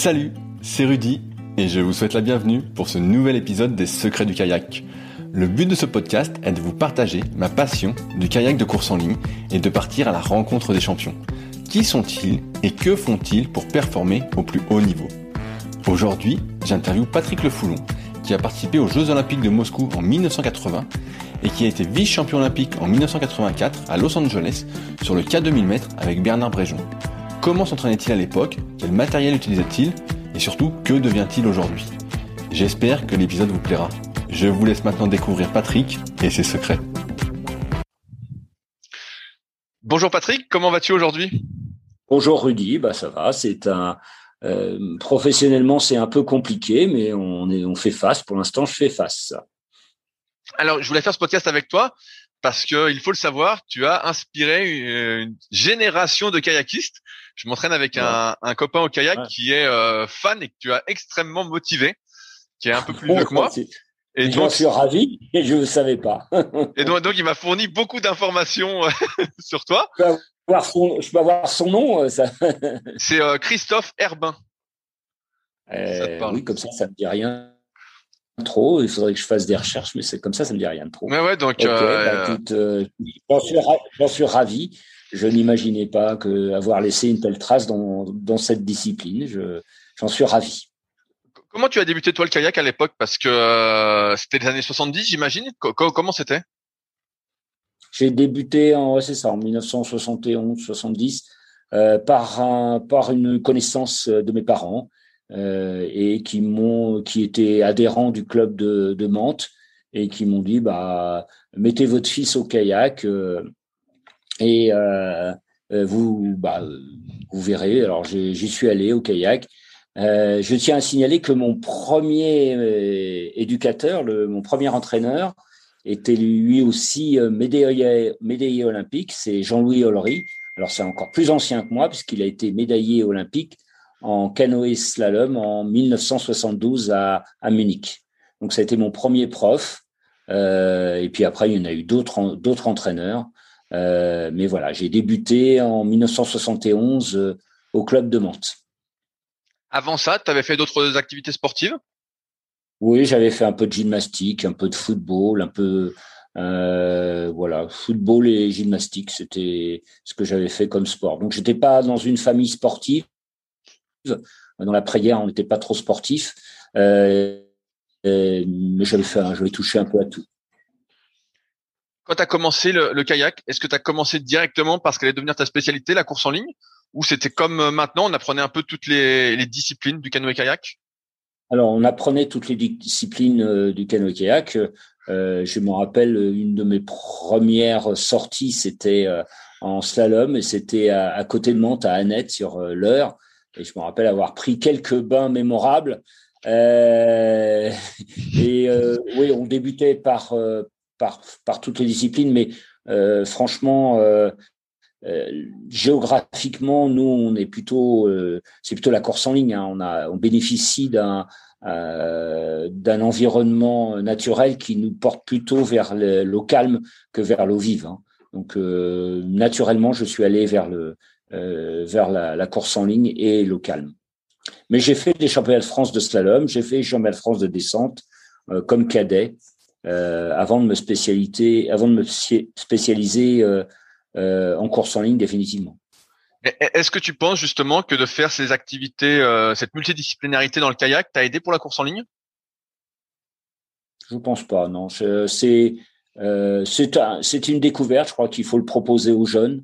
Salut, c'est Rudy et je vous souhaite la bienvenue pour ce nouvel épisode des Secrets du kayak. Le but de ce podcast est de vous partager ma passion du kayak de course en ligne et de partir à la rencontre des champions. Qui sont-ils et que font-ils pour performer au plus haut niveau ? Aujourd'hui, j'interviewe Patrick Le Foulon, qui a participé aux Jeux Olympiques de Moscou en 1980 et qui a été vice-champion olympique en 1984 à Los Angeles sur le K2000 m avec Bernard Bréjon. Comment s'entraînait-il à l'époque ? Quel matériel utilisait-il ? Et surtout, que devient-il aujourd'hui ? J'espère que l'épisode vous plaira. Je vous laisse maintenant découvrir Patrick et ses secrets. Bonjour Patrick, comment vas-tu aujourd'hui ? Bonjour Rudy, ça va. Professionnellement, c'est un peu compliqué, mais on fait face. Pour l'instant, je fais face. Alors, je voulais faire ce podcast avec toi parce que il faut le savoir, tu as inspiré une génération de kayakistes. Je m'entraîne avec un copain au kayak qui est fan et que tu as extrêmement motivé, qui est un peu plus vieux que moi. Et donc, j'en suis ravi et je ne savais pas. Et donc, il m'a fourni beaucoup d'informations sur toi. Je peux avoir son nom, ça. C'est Christophe Herbin. Oui, comme ça me dit rien trop. Il faudrait que je fasse des recherches, mais c'est comme ça me dit rien de trop. Mais ouais, donc. Écoute, j'en suis ravi. Je n'imaginais pas avoir laissé une telle trace dans cette discipline. J'en suis ravi. Comment tu as débuté toi le kayak à l'époque ? Parce que c'était les années 70, j'imagine. Comment c'était ? J'ai débuté en 1971-70 par une connaissance de mes parents et qui étaient adhérents du club de Mantes et qui m'ont dit mettez votre fils au kayak et vous verrez. Alors j'y suis allé au kayak. Je tiens à signaler que mon premier éducateur, mon premier entraîneur, était lui aussi médaillé olympique, c'est Jean-Louis Ollery. Alors c'est encore plus ancien que moi puisqu'il a été médaillé olympique en canoë slalom en 1972 à Munich. Donc ça a été mon premier prof. Et puis après il y en a eu d'autres entraîneurs. Mais voilà, j'ai débuté en 1971 au club de Mantes. Avant ça, tu avais fait d'autres activités sportives ? Oui, j'avais fait un peu de gymnastique, un peu de football, football et gymnastique, c'était ce que j'avais fait comme sport. Donc, j'étais pas dans une famille sportive. Dans la prière, on n'était pas trop sportif, mais j'avais touché un peu à tout. Quand tu as commencé le kayak, est-ce que tu as commencé directement parce qu'elle allait devenir ta spécialité, la course en ligne ? Ou c'était comme maintenant, on apprenait un peu toutes les disciplines du canoë-kayak ? Alors, on apprenait toutes les disciplines du canoë-kayak. Je me rappelle, une de mes premières sorties, c'était en slalom, et c'était à côté de Mantes, à Annette, sur l'Eure. Et je me rappelle avoir pris quelques bains mémorables. Oui, on débutait par toutes les disciplines, mais franchement, géographiquement, nous, on est c'est plutôt la course en ligne. Hein. On bénéficie d'un environnement naturel qui nous porte plutôt vers l'eau calme que vers l'eau vive. Hein. Donc, naturellement, je suis allé vers la course en ligne et l'eau calme. Mais j'ai fait des championnats de France de slalom, j'ai fait des championnats de France de descente comme cadet avant de me spécialiser en course en ligne définitivement. Est-ce que tu penses justement que de faire ces activités, cette multidisciplinarité dans le kayak, t'a aidé pour la course en ligne ? Je pense pas, non. C'est une découverte. Je crois qu'il faut le proposer aux jeunes.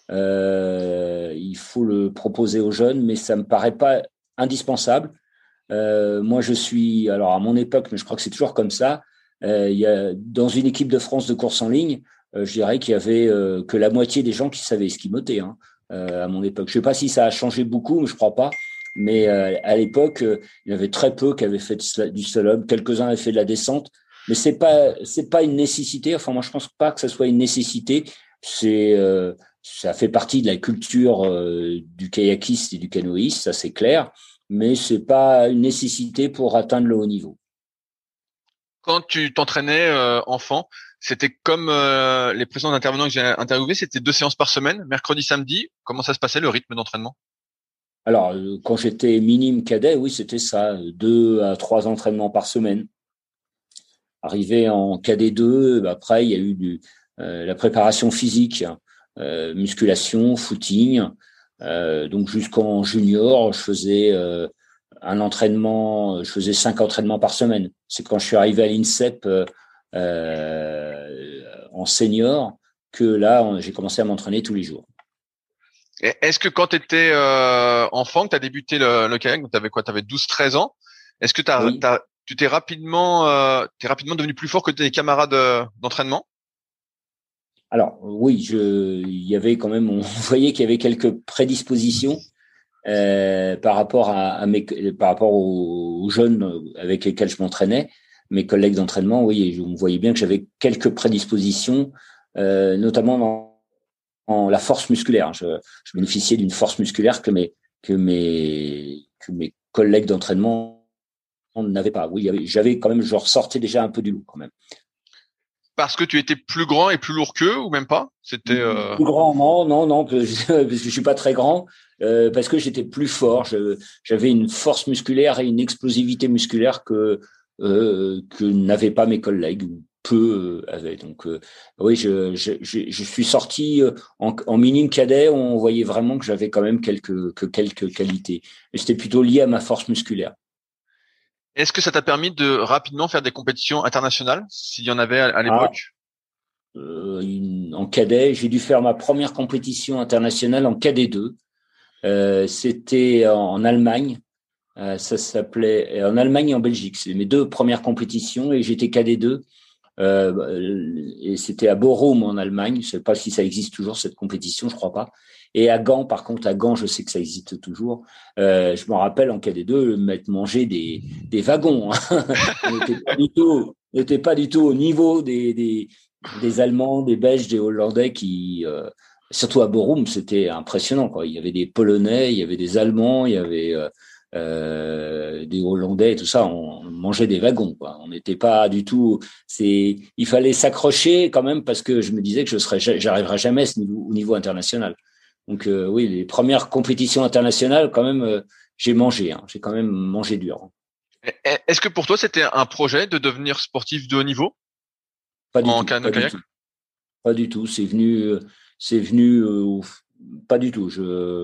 Mais ça me paraît pas indispensable. Moi, alors à mon époque, mais je crois que c'est toujours comme ça. Il y a dans une équipe de France de course en ligne, je dirais qu'il y avait que la moitié des gens qui savaient esquimoter. Hein. À mon époque. Je sais pas si ça a changé beaucoup, mais je crois pas. Mais à l'époque, il y avait très peu qui avaient fait du slalom. Quelques-uns avaient fait de la descente, mais c'est pas une nécessité. Enfin, moi, je pense pas que ça soit une nécessité. Ça fait partie de la culture du kayakiste et du canoïste, ça c'est clair. Mais c'est pas une nécessité pour atteindre le haut niveau. Quand tu t'entraînais enfant, c'était comme les précédents intervenants que j'ai interviewés, c'était 2 séances par semaine, mercredi, samedi. Comment ça se passait le rythme d'entraînement ? Alors, quand j'étais minime cadet, oui, c'était ça, 2 à 3 entraînements par semaine. Arrivé en cadet 2, après, il y a eu la préparation physique, musculation, footing. Donc, jusqu'en junior, je faisais je faisais 5 entraînements par semaine. C'est quand je suis arrivé à l'INSEP en senior que là, j'ai commencé à m'entraîner tous les jours. Est-ce que quand tu étais enfant, que tu as débuté le kayak, tu avais quoi? Tu avais 12-13 ans. Est-ce que Oui. tu t'es rapidement devenu plus fort que tes camarades d'entraînement? Alors oui, il y avait quand même, on voyait qu'il y avait quelques prédispositions par rapport par rapport aux jeunes avec lesquels je m'entraînais, mes collègues d'entraînement. Oui, on voyait bien que j'avais quelques prédispositions, notamment dans la force musculaire. Je bénéficiais d'une force musculaire que mes collègues d'entraînement n'avaient pas. Oui, j'avais quand même, je ressortais déjà un peu du lot quand même. Parce que tu étais plus grand et plus lourd qu'eux, ou même pas? C'était Plus grand, non, parce que je suis pas très grand, parce que j'étais plus fort. J'avais une force musculaire et une explosivité musculaire que n'avaient pas mes collègues, ou peu avaient. Donc oui, je suis sorti en minime cadet. On voyait vraiment que j'avais quand même quelques qualités, mais c'était plutôt lié à ma force musculaire. Est-ce que ça t'a permis de rapidement faire des compétitions internationales, s'il y en avait à l'époque? En cadet, j'ai dû faire ma première compétition internationale en cadet 2. C'était en Allemagne. Ça s'appelait en Allemagne et en Belgique. C'est mes 2 premières compétitions et j'étais cadet 2. Et c'était à Bochum en Allemagne. Je ne sais pas si ça existe toujours cette compétition, je crois pas. Et à Gand, par contre, à Gand, je sais que ça existe toujours. Je me rappelle en cadet 2 m'être mangé des wagons. Hein. On n'était pas du tout au niveau des Allemands, des Belges, des Hollandais qui, surtout à Bochum, c'était impressionnant, quoi. Il y avait des Polonais, il y avait des Allemands, il y avait des Hollandais et tout ça. On mangeait des wagons, quoi. On n'était pas du tout. Il fallait s'accrocher quand même parce que je me disais que j'arriverai jamais au niveau international. Donc oui, les premières compétitions internationales, quand même, j'ai mangé. Hein. J'ai quand même mangé dur. Est-ce que pour toi c'était un projet de devenir sportif de haut niveau Pas du en tout, pas du canoë-kayak? tout. Pas du tout. C'est venu. Pas du tout.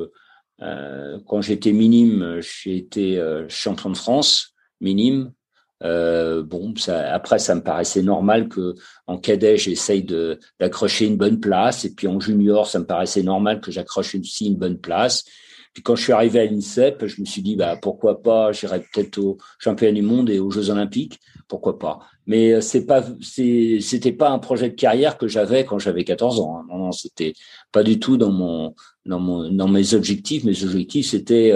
Quand j'étais minime, j'ai été champion de France minime. Bon, après, ça me paraissait normal que en cadet, j'essaye d'accrocher une bonne place, et puis en junior, ça me paraissait normal que j'accroche aussi une bonne place. Puis quand je suis arrivé à l'INSEP, je me suis dit, bah pourquoi pas, j'irai peut-être aux championnats du monde et aux Jeux Olympiques, pourquoi pas. Mais c'était pas un projet de carrière que j'avais quand j'avais 14 ans. Hein. Non, c'était pas du tout dans mes objectifs. Mes objectifs, c'était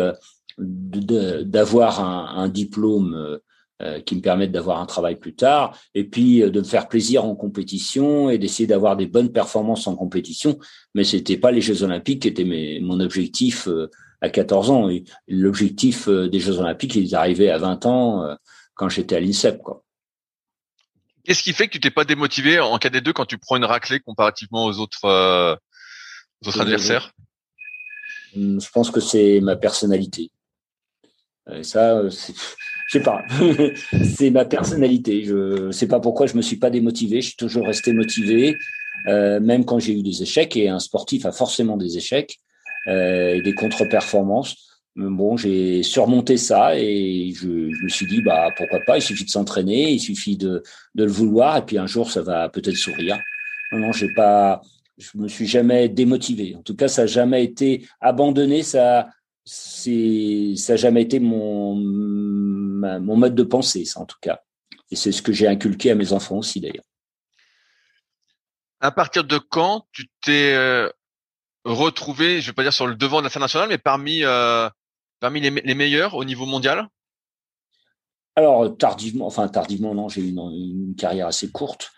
d'avoir un diplôme qui me permette d'avoir un travail plus tard, et puis de me faire plaisir en compétition et d'essayer d'avoir des bonnes performances en compétition. Mais c'était pas les Jeux Olympiques qui étaient mon objectif à 14 ans. Et l'objectif des Jeux Olympiques, il est arrivé à 20 ans quand j'étais à l'INSEP, quoi. Qu'est-ce qui fait que tu t'es pas démotivé en cadet 2 quand tu prends une raclée comparativement aux autres adversaires? Je pense que c'est ma personnalité. Ça, je sais pas. C'est ma personnalité. Je sais pas pourquoi je me suis pas démotivé. Je suis toujours resté motivé, même quand j'ai eu des échecs. Et un sportif a forcément des échecs et des contre-performances. Mais bon, j'ai surmonté ça et je me suis dit, bah pourquoi pas. Il suffit de s'entraîner, il suffit de le vouloir, et puis un jour ça va peut-être sourire. Non, je me suis jamais démotivé. En tout cas, ça n'a jamais été abandonné. Ça n'a jamais été mon mode de pensée, ça, en tout cas. Et c'est ce que j'ai inculqué à mes enfants aussi, d'ailleurs. À partir de quand tu t'es retrouvé, je vais pas dire sur le devant de la scène nationale, mais parmi les meilleurs au niveau mondial? Alors, tardivement, non, j'ai eu une carrière assez courte.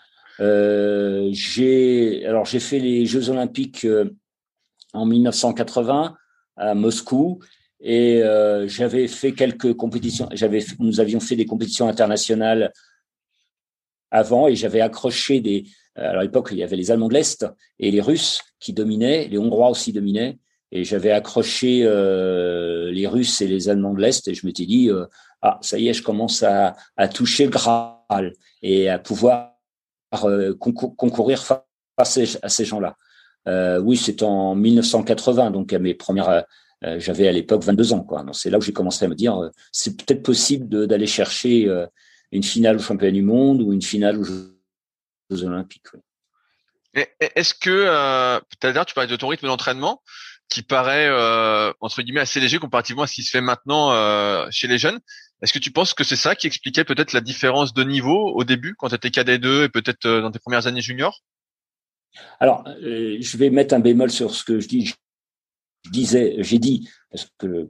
J'ai fait les Jeux Olympiques en 1980 à Moscou, et j'avais fait quelques compétitions. Nous avions fait des compétitions internationales avant, et j'avais accroché à l'époque, il y avait les Allemands de l'Est et les Russes qui dominaient, les Hongrois aussi dominaient. et j'avais accroché les Russes et les Allemands de l'Est, et je m'étais dit ça y est, je commence à toucher le Graal et à pouvoir concourir face à ces gens-là. Oui, c'est en 1980, donc à mes premières, j'avais à l'époque 22 ans, quoi. Donc c'est là où j'ai commencé à me dire, c'est peut-être possible d'aller chercher une finale au championnat du monde ou une finale aux Jeux olympiques. Oui. Est-ce que tout à l'heure tu parlais de ton rythme d'entraînement qui paraît entre guillemets assez léger comparativement à ce qui se fait maintenant chez les jeunes. Est-ce que tu penses que c'est ça qui expliquait peut-être la différence de niveau au début quand tu étais cadet 2 et peut-être dans tes premières années juniors? Alors, je vais mettre un bémol sur ce que je dis. J'ai dit, parce que,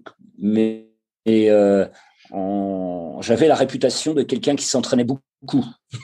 j'avais la réputation de quelqu'un qui s'entraînait beaucoup,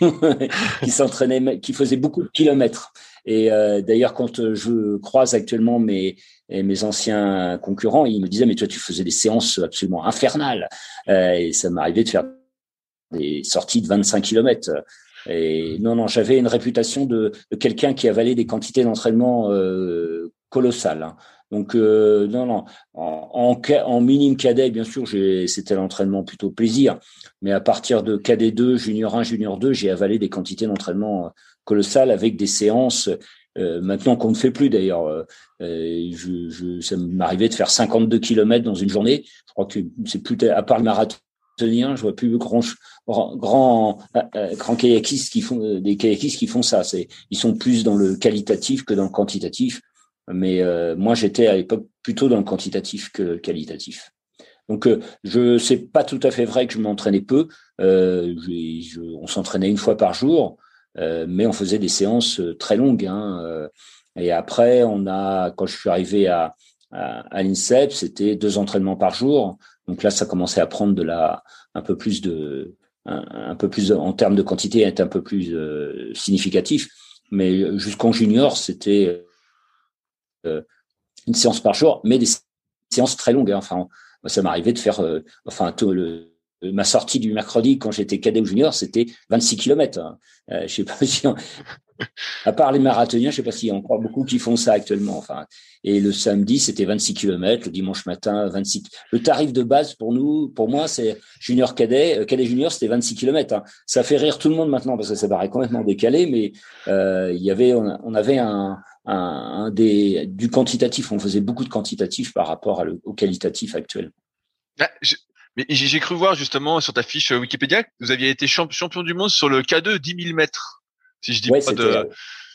qui faisait beaucoup de kilomètres. Et d'ailleurs, quand je croise actuellement mes anciens concurrents, ils me disaient, mais toi, tu faisais des séances absolument infernales. Et ça m'arrivait de faire des sorties de 25 kilomètres. Et non, j'avais une réputation de quelqu'un qui avalait des quantités d'entraînement colossales. Hein. Donc non, en minime cadet, bien sûr, c'était l'entraînement plutôt plaisir, mais à partir de cadet 2, junior 1, junior 2, j'ai avalé des quantités d'entraînement colossales avec des séances maintenant qu'on ne fait plus d'ailleurs. Ça m'arrivait de faire 52 kilomètres dans une journée. Je crois que c'est plus à part le marathon. Je vois plus grand kayakistes qui font des kayakistes qui font ça. Ils sont plus dans le qualitatif que dans le quantitatif. Mais moi, j'étais à l'époque plutôt dans le quantitatif que le qualitatif. Donc, c'est pas tout à fait vrai que je m'entraînais peu. On s'entraînait une fois par jour, mais on faisait des séances très longues. Hein, et après, quand je suis arrivé à l'INSEP, c'était 2 entraînements par jour. Donc là, ça commençait à prendre un peu plus en termes de quantité, être un peu plus significatif. Mais jusqu'en junior, c'était une séance par jour, mais des séances très longues. Hein. Enfin, ça m'arrivait de faire, ma sortie du mercredi quand j'étais cadet ou junior, c'était 26 kilomètres. Hein. Je sais pas si, à part les marathoniens, je sais pas s'il y a encore beaucoup qui font ça actuellement. Enfin, et le samedi, c'était 26 kilomètres. Le dimanche matin, 26. Le tarif de base pour moi, c'est junior cadet junior, c'était 26 kilomètres. Hein. Ça fait rire tout le monde maintenant parce que ça paraît complètement décalé, mais on avait du quantitatif. On faisait beaucoup de quantitatif par rapport au qualitatif actuel. Mais j'ai cru voir justement sur ta fiche Wikipédia que vous aviez été champion du monde sur le K2 10 000 mètres. Si je dis pas de...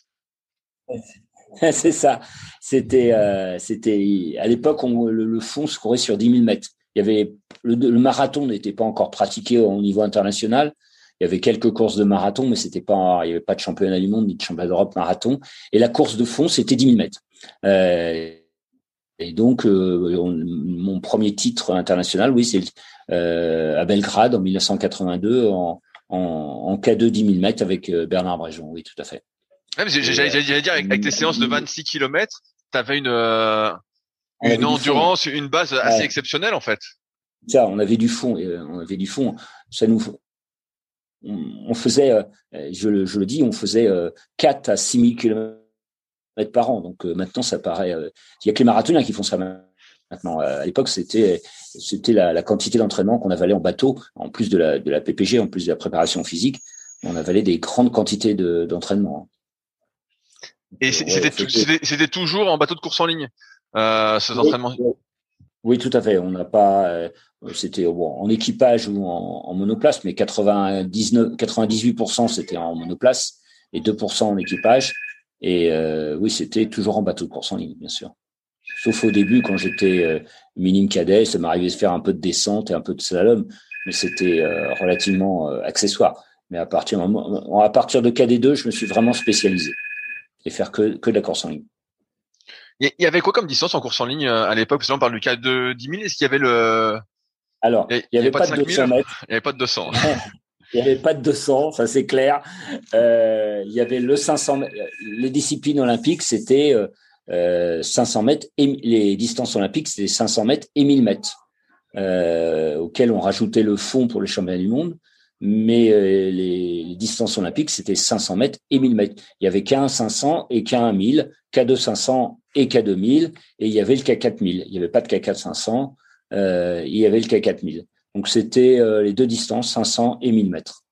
C'est ça. C'était à l'époque, le fond se courait sur 10 000 mètres. Il y avait le marathon n'était pas encore pratiqué au niveau international. Il y avait quelques courses de marathon, mais il n'y avait pas de championnat du monde ni de championnat d'Europe marathon. Et la course de fond, c'était 10 000 mètres. Et donc, mon premier titre international, oui, c'est à Belgrade en 1982 en K2 10 000 mètres avec Bernard Bréjon. Oui, tout à fait. Ouais, j'allais dire, avec tes séances de 26 kilomètres, tu avais une endurance, une base assez exceptionnelle, en fait. Ça, on avait du fond. Ça on faisait, je le dis, on faisait 4 à 6 000 kilomètres par an. Donc maintenant, ça paraît. Il y a que les marathoniens qui font ça maintenant. À l'époque, c'était la quantité d'entraînement qu'on avalait en bateau, en plus de la PPG, en plus de la préparation physique. On avalait des grandes quantités d'entraînement. Et c'était toujours en bateau de course en ligne, ces entraînements. Oui, tout à fait. On n'a pas, c'était en équipage ou en monoplace, mais 98% c'était en monoplace et 2% en équipage. Et oui, c'était toujours en bateau de course en ligne, bien sûr. Sauf au début, quand j'étais minime cadet, ça m'arrivait de faire un peu de descente et un peu de slalom, mais c'était relativement accessoire. Mais à partir de cadet 2, je me suis vraiment spécialisé et faire que de la course en ligne. Il y avait quoi comme distance en course en ligne à l'époque? Parce que là, on parle du cas de 10 000. Est-ce qu'il y avait Alors, il n'y avait pas de 200 mètres. Il n'y avait pas de 200. Il n'y avait pas de 200, ça c'est clair. Il y avait le 500 mètres. Les disciplines olympiques, c'était 500 mètres. Et les distances olympiques, c'était 500 mètres et 1000 mètres, auxquelles on rajoutait le fond pour les championnats du monde. mais les distances olympiques, c'était 500 mètres et 1000 mètres. Il y avait K1 500 et K1 1000, K2 500 et K2 1000, et il y avait le K4 1000. Il n'y avait pas de K4 500, il y avait le K4 1000. Donc, c'était les deux distances, 500 et 1000 mètres.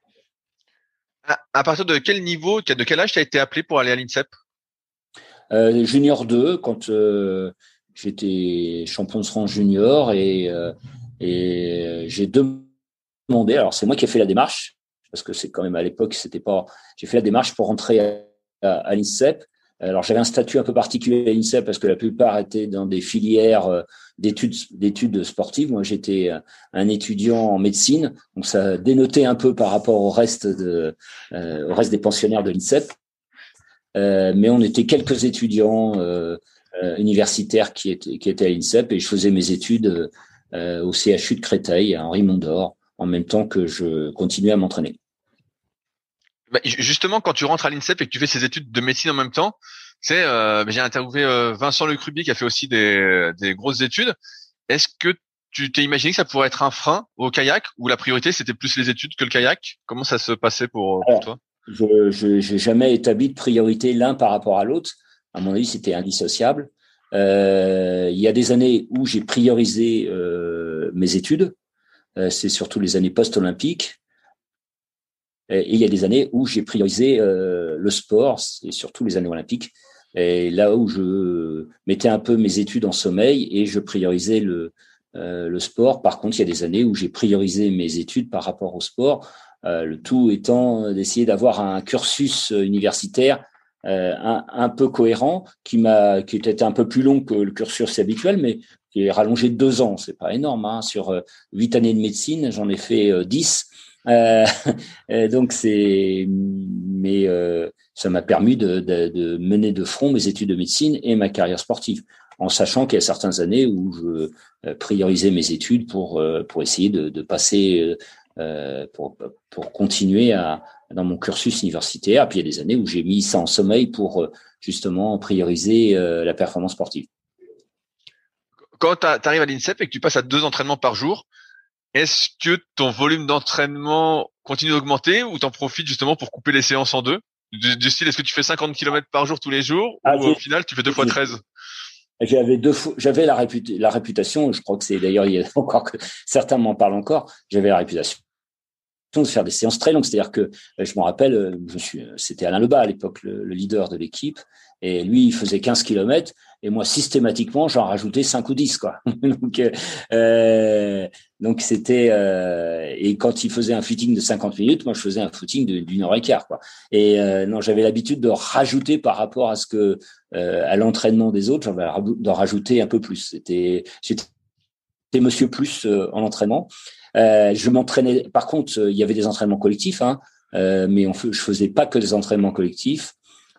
À partir de quel niveau, de quel âge tu as été appelé pour aller à l'INSEP? Junior 2, quand j'étais champion de France junior, et j'ai demandé, alors c'est moi qui ai fait la démarche, parce que c'est quand même à l'époque, c'était pas, j'ai fait la démarche pour rentrer à l'INSEP. Alors j'avais un statut un peu particulier à l'INSEP parce que la plupart étaient dans des filières d'études sportives. Moi, j'étais un étudiant en médecine, donc ça dénotait un peu par rapport au reste des pensionnaires de l'INSEP. Mais on était quelques étudiants universitaires qui étaient à l'INSEP, et je faisais mes études au CHU de Créteil, à Henri Mondor, en même temps que je continuais à m'entraîner. Justement, quand tu rentres à l'INSEP et que tu fais ces études de médecine en même temps, j'ai interviewé Vincent Lecrubier qui a fait aussi des grosses études. Est-ce que tu t'es imaginé que ça pourrait être un frein au kayak, ou la priorité c'était plus les études que le kayak? Comment ça se passait pour toi? Je n'ai jamais établi de priorité l'un par rapport à l'autre. À mon avis, c'était indissociable. Il y a des années où j'ai priorisé mes études. C'est surtout les années post-olympiques. Et il y a des années où j'ai priorisé le sport, c'est surtout les années olympiques. Et là où je mettais un peu mes études en sommeil et je priorisais le sport. Par contre, il y a des années où j'ai priorisé mes études par rapport au sport. Le tout étant d'essayer d'avoir un cursus universitaire un peu cohérent, qui était un peu plus long que le cursus habituel, mais qui est rallongé de 2 ans. C'est pas énorme, hein. Sur 8 années de médecine, j'en ai fait 10. Donc ça m'a permis de mener de front mes études de médecine et ma carrière sportive, en sachant qu'il y a certaines années où je priorisais mes études pour essayer de passer pour continuer dans mon cursus universitaire. Puis il y a des années où j'ai mis ça en sommeil pour justement prioriser la performance sportive. Quand tu arrives à l'INSEP et que tu passes à 2 entraînements par jour, est-ce que ton volume d'entraînement continue d'augmenter, ou t'en profites justement pour couper les séances en deux? Du style, est-ce que tu fais 50 km par jour tous les jours, ou au final tu fais 2 fois 13? J'avais la réputation, je crois que c'est d'ailleurs, il y a encore que certains m'en parlent encore, j'avais la réputation de faire des séances très longues. C'est-à-dire que je me rappelle, c'était Alain Lebas à l'époque, le leader de l'équipe, et lui, il faisait 15 km, et moi, systématiquement, j'en rajoutais 5 ou 10, quoi. Donc c'était, et quand il faisait un footing de 50 minutes, moi, je faisais un footing d'une heure et quart, quoi. Et non, j'avais l'habitude de rajouter par rapport à ce que, à l'entraînement des autres, j'avais d'en rajouter un peu plus. J'étais monsieur plus en entraînement. Je m'entraînais. Par contre, il y avait des entraînements collectifs, hein, mais je faisais pas que des entraînements collectifs.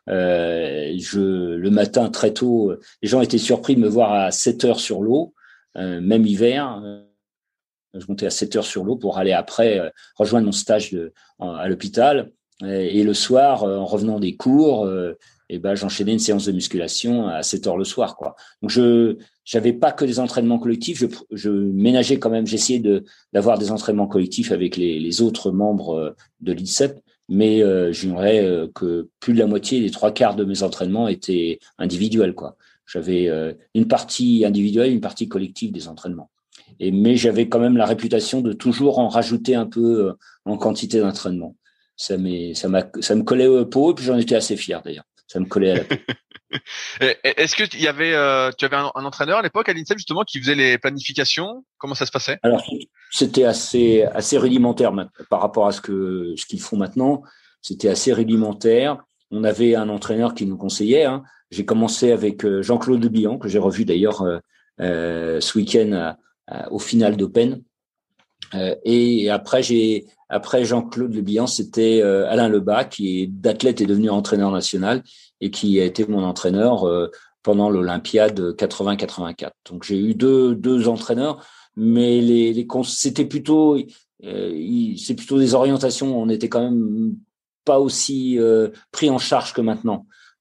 Le matin très tôt, les gens étaient surpris de me voir à 7 heures sur l'eau, même hiver. Je montais à 7 heures sur l'eau pour aller après rejoindre mon stage à l'hôpital. Et le soir, en revenant des cours, j'enchaînais une séance de musculation à 7 heures le soir, quoi. Donc j'avais pas que des entraînements collectifs, je ménageais quand même, j'essayais d'avoir des entraînements collectifs avec les autres membres de l'INSEP, mais j'ignorais que plus de la moitié, les 3/4 de mes entraînements étaient individuels, quoi. J'avais une partie individuelle, une partie collective des entraînements. Mais j'avais quand même la réputation de toujours en rajouter un peu en quantité d'entraînement. Ça me collait au peau, et puis j'en étais assez fier d'ailleurs. Ça me collait à la peau. Est-ce que tu avais un entraîneur à l'époque à l'INSEP justement qui faisait les planifications? Comment ça se passait? Alors c'était assez rudimentaire par rapport à ce qu'ils font maintenant. C'était assez rudimentaire. On avait un entraîneur qui nous conseillait, hein. J'ai commencé avec Jean-Claude Le Bihan, que j'ai revu d'ailleurs ce week-end au final d'Open. Et après Jean-Claude Le Bihan, c'était Alain Lebas, qui d'athlète est devenu entraîneur national et qui a été mon entraîneur pendant l'Olympiade 80-84. Donc j'ai eu deux entraîneurs, mais c'était plutôt c'est plutôt des orientations. On était quand même pas aussi pris en charge que maintenant.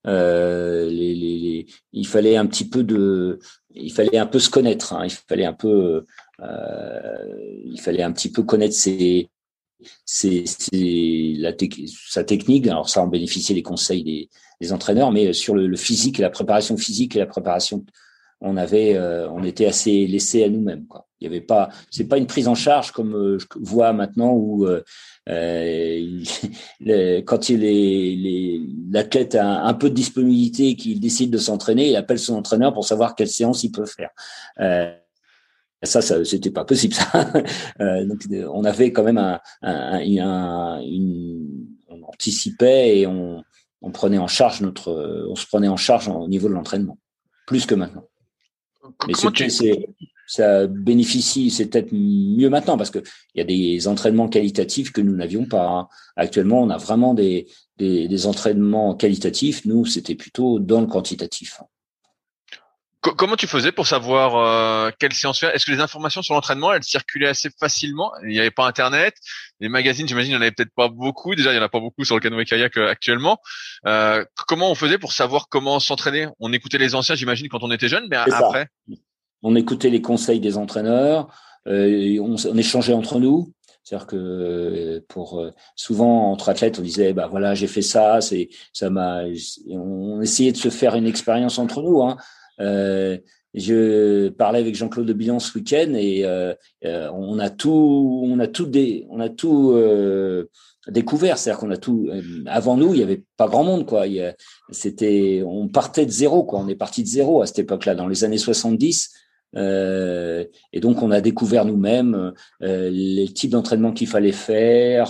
Il fallait un petit peu il fallait un peu se connaître, hein. Il fallait un petit peu connaître sa technique. Alors ça, on bénéficiait des conseils des entraîneurs, mais sur le physique et la préparation physique et la préparation, on était assez laissés à nous-mêmes, quoi. Il y avait pas, c'est pas une prise en charge comme je vois maintenant où quand l'athlète a un peu de disponibilité et qu'il décide de s'entraîner, il appelle son entraîneur pour savoir quelle séance il peut faire. Ça, c'était pas possible, ça. Donc, on avait quand même on anticipait et on se prenait en charge au niveau de l'entraînement, plus que maintenant. Mais ça bénéficie, c'est peut-être mieux maintenant parce que il y a des entraînements qualitatifs que nous n'avions pas, hein. Actuellement, on a vraiment des entraînements qualitatifs. Nous, c'était plutôt dans le quantitatif. Comment tu faisais pour savoir quelle séance faire? Est-ce que les informations sur l'entraînement, elles circulaient assez facilement? Il n'y avait pas Internet, les magazines, j'imagine, il n'y en avait peut-être pas beaucoup. Déjà, il n'y en a pas beaucoup sur le canoë-kayak actuellement. Comment on faisait pour savoir comment s'entraîner? On écoutait les anciens, j'imagine, quand on était jeune, mais après? On écoutait les conseils des entraîneurs, on échangeait entre nous. C'est-à-dire que souvent entre athlètes, on disait bah voilà, j'ai fait ça, on essayait de se faire une expérience entre nous, hein. Je parlais avec Jean-Claude Debilan ce week-end et on a tout découvert. C'est-à-dire qu'on a tout. Avant nous, il y avait pas grand monde, quoi. On partait de zéro, quoi. On est parti de zéro à cette époque-là, dans les années 70. Et donc on a découvert nous-mêmes les types d'entraînement qu'il fallait faire.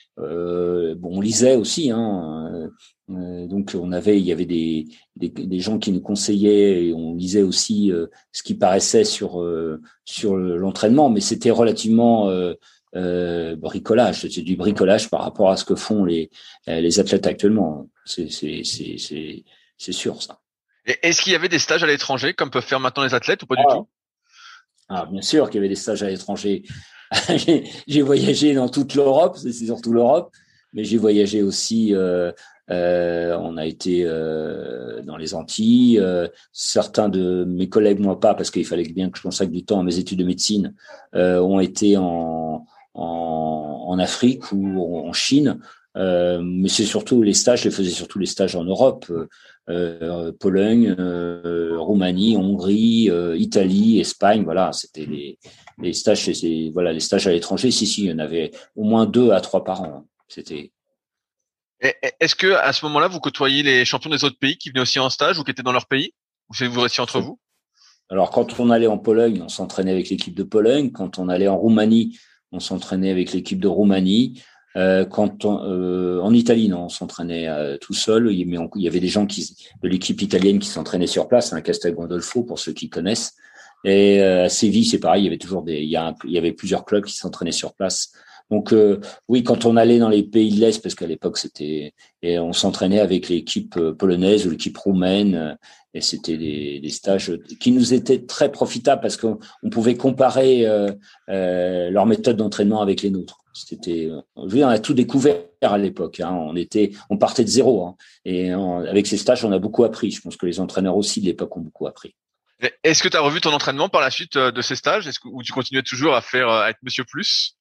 On lisait aussi, hein. Donc il y avait des gens qui nous conseillaient et on lisait aussi ce qui paraissait sur l'entraînement, mais c'était relativement bricolage. C'est du bricolage par rapport à ce que font les athlètes actuellement. C'est sûr, ça. Et est-ce qu'il y avait des stages à l'étranger comme peuvent faire maintenant les athlètes ou pas du tout? Bien sûr qu'il y avait des stages à l'étranger. J'ai voyagé dans toute l'Europe, c'est surtout l'Europe, mais j'ai voyagé aussi. On a été dans les Antilles. Certains de mes collègues, moi pas, parce qu'il fallait bien que je consacre du temps à mes études de médecine, ont été en Afrique ou en Chine. Mais c'est surtout les stages. Je faisais surtout les stages en Europe, Pologne, Roumanie, Hongrie, Italie, Espagne. Voilà, c'était les stages. Les stages à l'étranger. Si, il y en avait au moins 2 à 3 par an. C'était. Est-ce que à ce moment-là, vous côtoyiez les champions des autres pays qui venaient aussi en stage ou qui étaient dans leur pays, ou c'est vous restiez entre vous? Alors, quand on allait en Pologne, on s'entraînait avec l'équipe de Pologne. Quand on allait en Roumanie, on s'entraînait avec l'équipe de Roumanie. En Italie, non, on s'entraînait tout seul. Mais il y avait des gens de l'équipe italienne qui s'entraînaient sur place, hein, Castel Gandolfo pour ceux qui connaissent. Et à Séville, c'est pareil. Il y avait plusieurs clubs qui s'entraînaient sur place. Donc oui, quand on allait dans les pays de l'Est, parce qu'à l'époque et on s'entraînait avec l'équipe polonaise ou l'équipe roumaine, et c'était des stages qui nous étaient très profitables parce qu'on pouvait comparer leur méthode d'entraînement avec les nôtres. On a tout découvert à l'époque, hein. On partait de zéro, hein. Et avec ces stages, on a beaucoup appris. Je pense que les entraîneurs aussi de l'époque ont beaucoup appris. Est-ce que tu as revu ton entraînement par la suite de ces stages? Ou tu continuais toujours à être Monsieur Plus?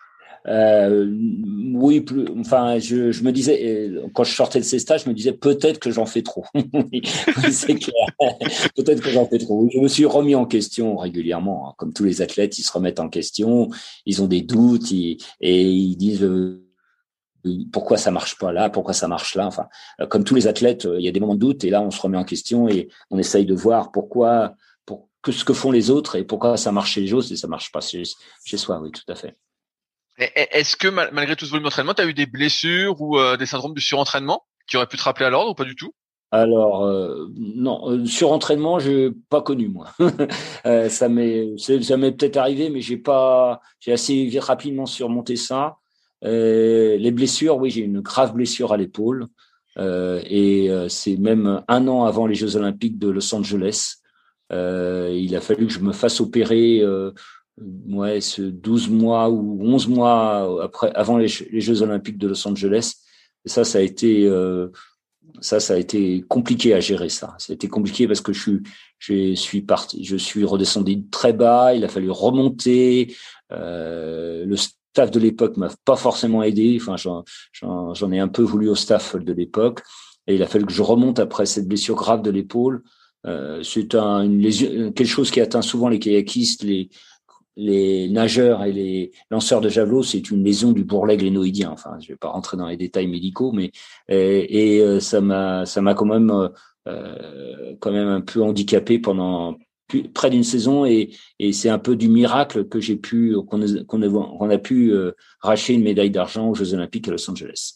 Oui, enfin, je me disais, quand je sortais de ces stages, je me disais peut-être que j'en fais trop. Oui, c'est clair. Peut-être que j'en fais trop. Je me suis remis en question régulièrement, hein. Comme tous les athlètes, ils se remettent en question, ils ont des doutes et ils disent pourquoi ça marche pas là, pourquoi ça marche là. Enfin, comme tous les athlètes, il y a des moments de doute et là, on se remet en question et on essaye de voir ce que font les autres et pourquoi ça marche chez les autres et ça marche pas chez soi. Oui, tout à fait. Est-ce que malgré tout ce volume d'entraînement, tu as eu des blessures ou des syndromes du surentraînement qui auraient pu te rappeler à l'ordre ou pas du tout? Alors non, surentraînement, je pas connu moi. Ça m'est peut-être arrivé, mais j'ai assez rapidement surmonté ça. Les blessures, oui, j'ai une grave blessure à l'épaule et c'est même 1 an avant les Jeux Olympiques de Los Angeles. Il a fallu que je me fasse opérer. Ce 12 mois ou 11 mois avant les Jeux Olympiques de Los Angeles. Et ça a été compliqué à gérer, ça. Ça a été compliqué parce que je suis redescendu très bas. Il a fallu remonter. Le staff de l'époque m'a pas forcément aidé. Enfin, j'en ai un peu voulu au staff de l'époque. Et il a fallu que je remonte après cette blessure grave de l'épaule. C'est une lésion, quelque chose qui atteint souvent les kayakistes, les nageurs et les lanceurs de javelot. C'est une lésion du bourrelet glénoïdien. Enfin, je vais pas rentrer dans les détails médicaux, mais ça m'a quand même un peu handicapé pendant près d'une saison, et c'est un peu du miracle que qu'on a pu racheter une médaille d'argent aux Jeux Olympiques à Los Angeles.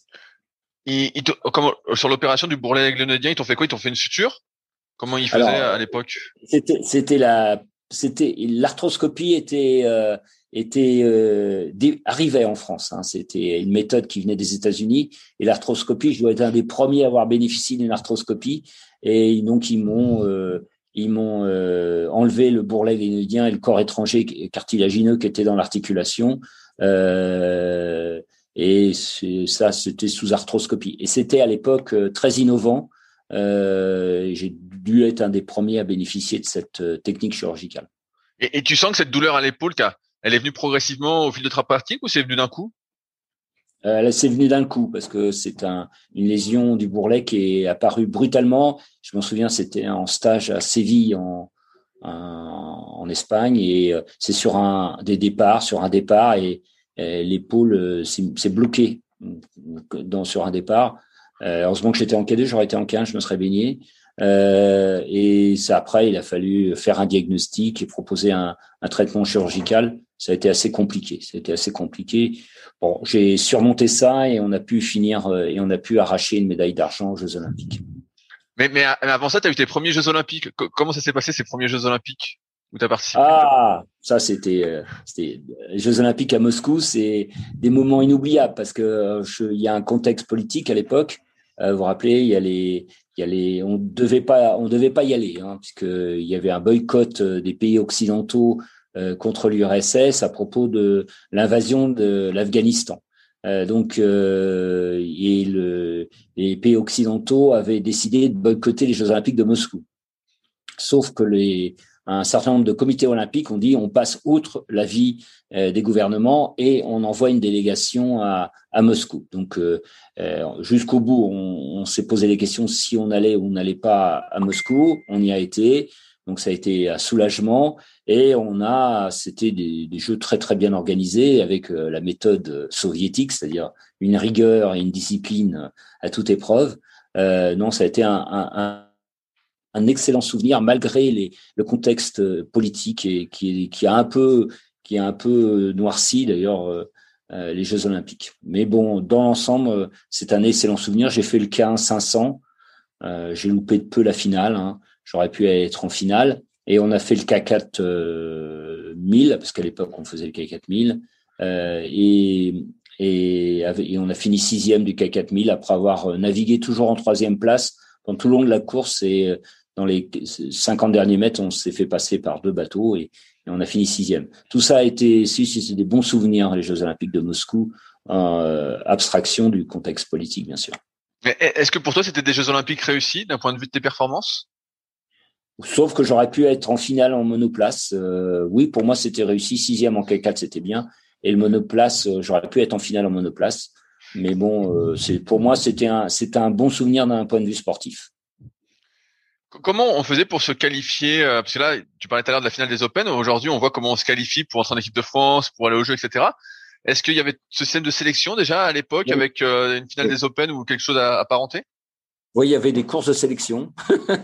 Sur l'opération du bourrelet glénoïdien, ils t'ont fait quoi? Ils t'ont fait une suture? Comment ils faisaient à l'époque? C'était l'arthroscopie arrivait en France. Hein. C'était une méthode qui venait des États-Unis, et l'arthroscopie, je dois être un des premiers à avoir bénéficié d'une arthroscopie. Et donc ils m'ont enlevé le bourrelet glénoïdien et le corps étranger cartilagineux qui était dans l'articulation. Et c'était sous arthroscopie. Et c'était à l'époque très innovant. J'ai dû être un des premiers à bénéficier de cette technique chirurgicale. Et tu sens que cette douleur à l'épaule, elle est venue progressivement au fil de ta pratique, ou c'est venu d'un coup? C'est venu d'un coup, parce que c'est une lésion du bourrelet qui est apparue brutalement. Je m'en souviens, c'était en stage à Séville en Espagne, et c'est sur un départ, et l'épaule s'est bloquée sur un départ. Heureusement que j'étais en K2, j'aurais été en K1, je me serais baigné. Et ça, après, il a fallu faire un diagnostic et proposer un traitement chirurgical. Ça a été assez compliqué. Bon, j'ai surmonté ça, et on a pu arracher une médaille d'argent aux Jeux Olympiques. Mais avant ça, tu as eu tes premiers Jeux Olympiques. Comment ça s'est passé, ces premiers Jeux Olympiques où tu as participé? Ah, ça c'était les Jeux Olympiques à Moscou, c'est des moments inoubliables, parce que il y a un contexte politique à l'époque. Vous vous rappelez, on devait pas y aller, hein, puisque il y avait un boycott des pays occidentaux contre l'URSS à propos de l'invasion de l'Afghanistan. Donc, les pays occidentaux avaient décidé de boycotter les Jeux Olympiques de Moscou. Sauf que un certain nombre de comités olympiques ont dit on passe outre l'avis des gouvernements et on envoie une délégation à Moscou. Donc jusqu'au bout, on s'est posé les questions si on allait ou on n'allait pas à Moscou. On y a été. Donc ça a été un soulagement, et c'était des jeux très très bien organisés avec la méthode soviétique, c'est-à-dire une rigueur et une discipline à toute épreuve. Non, ça a été un excellent souvenir, malgré le contexte politique et qui a un peu noirci d'ailleurs les Jeux Olympiques. Mais bon, dans l'ensemble, c'est un excellent souvenir. J'ai fait le K1 500, j'ai loupé de peu la finale, hein. J'aurais pu être en finale, et on a fait le K4 1000, parce qu'à l'époque on faisait le K4 1000, et on a fini 6e du K4 1000 après avoir navigué toujours en 3e place pendant tout le long de la course, et dans les 50 derniers mètres, on s'est fait passer par 2 bateaux, et on a fini 6e. Tout ça a été, c'est des bons souvenirs, les Jeux Olympiques de Moscou, abstraction du contexte politique, bien sûr. Mais est-ce que pour toi, c'était des Jeux Olympiques réussis d'un point de vue de tes performances? Sauf que j'aurais pu être en finale en monoplace. Oui, pour moi, c'était réussi. 6e en K4, c'était bien. Et le monoplace, j'aurais pu être en finale en monoplace. Mais bon, pour moi, c'était un bon souvenir d'un point de vue sportif. Comment on faisait pour se qualifier? Parce que là, tu parlais tout à l'heure de la finale des Open. Aujourd'hui, on voit comment on se qualifie pour entrer en équipe de France, pour aller aux Jeux, etc. Est-ce qu'il y avait ce système de sélection déjà à l'époque, oui, avec une finale des Open ou quelque chose à apparenté? Oui, il y avait des courses de sélection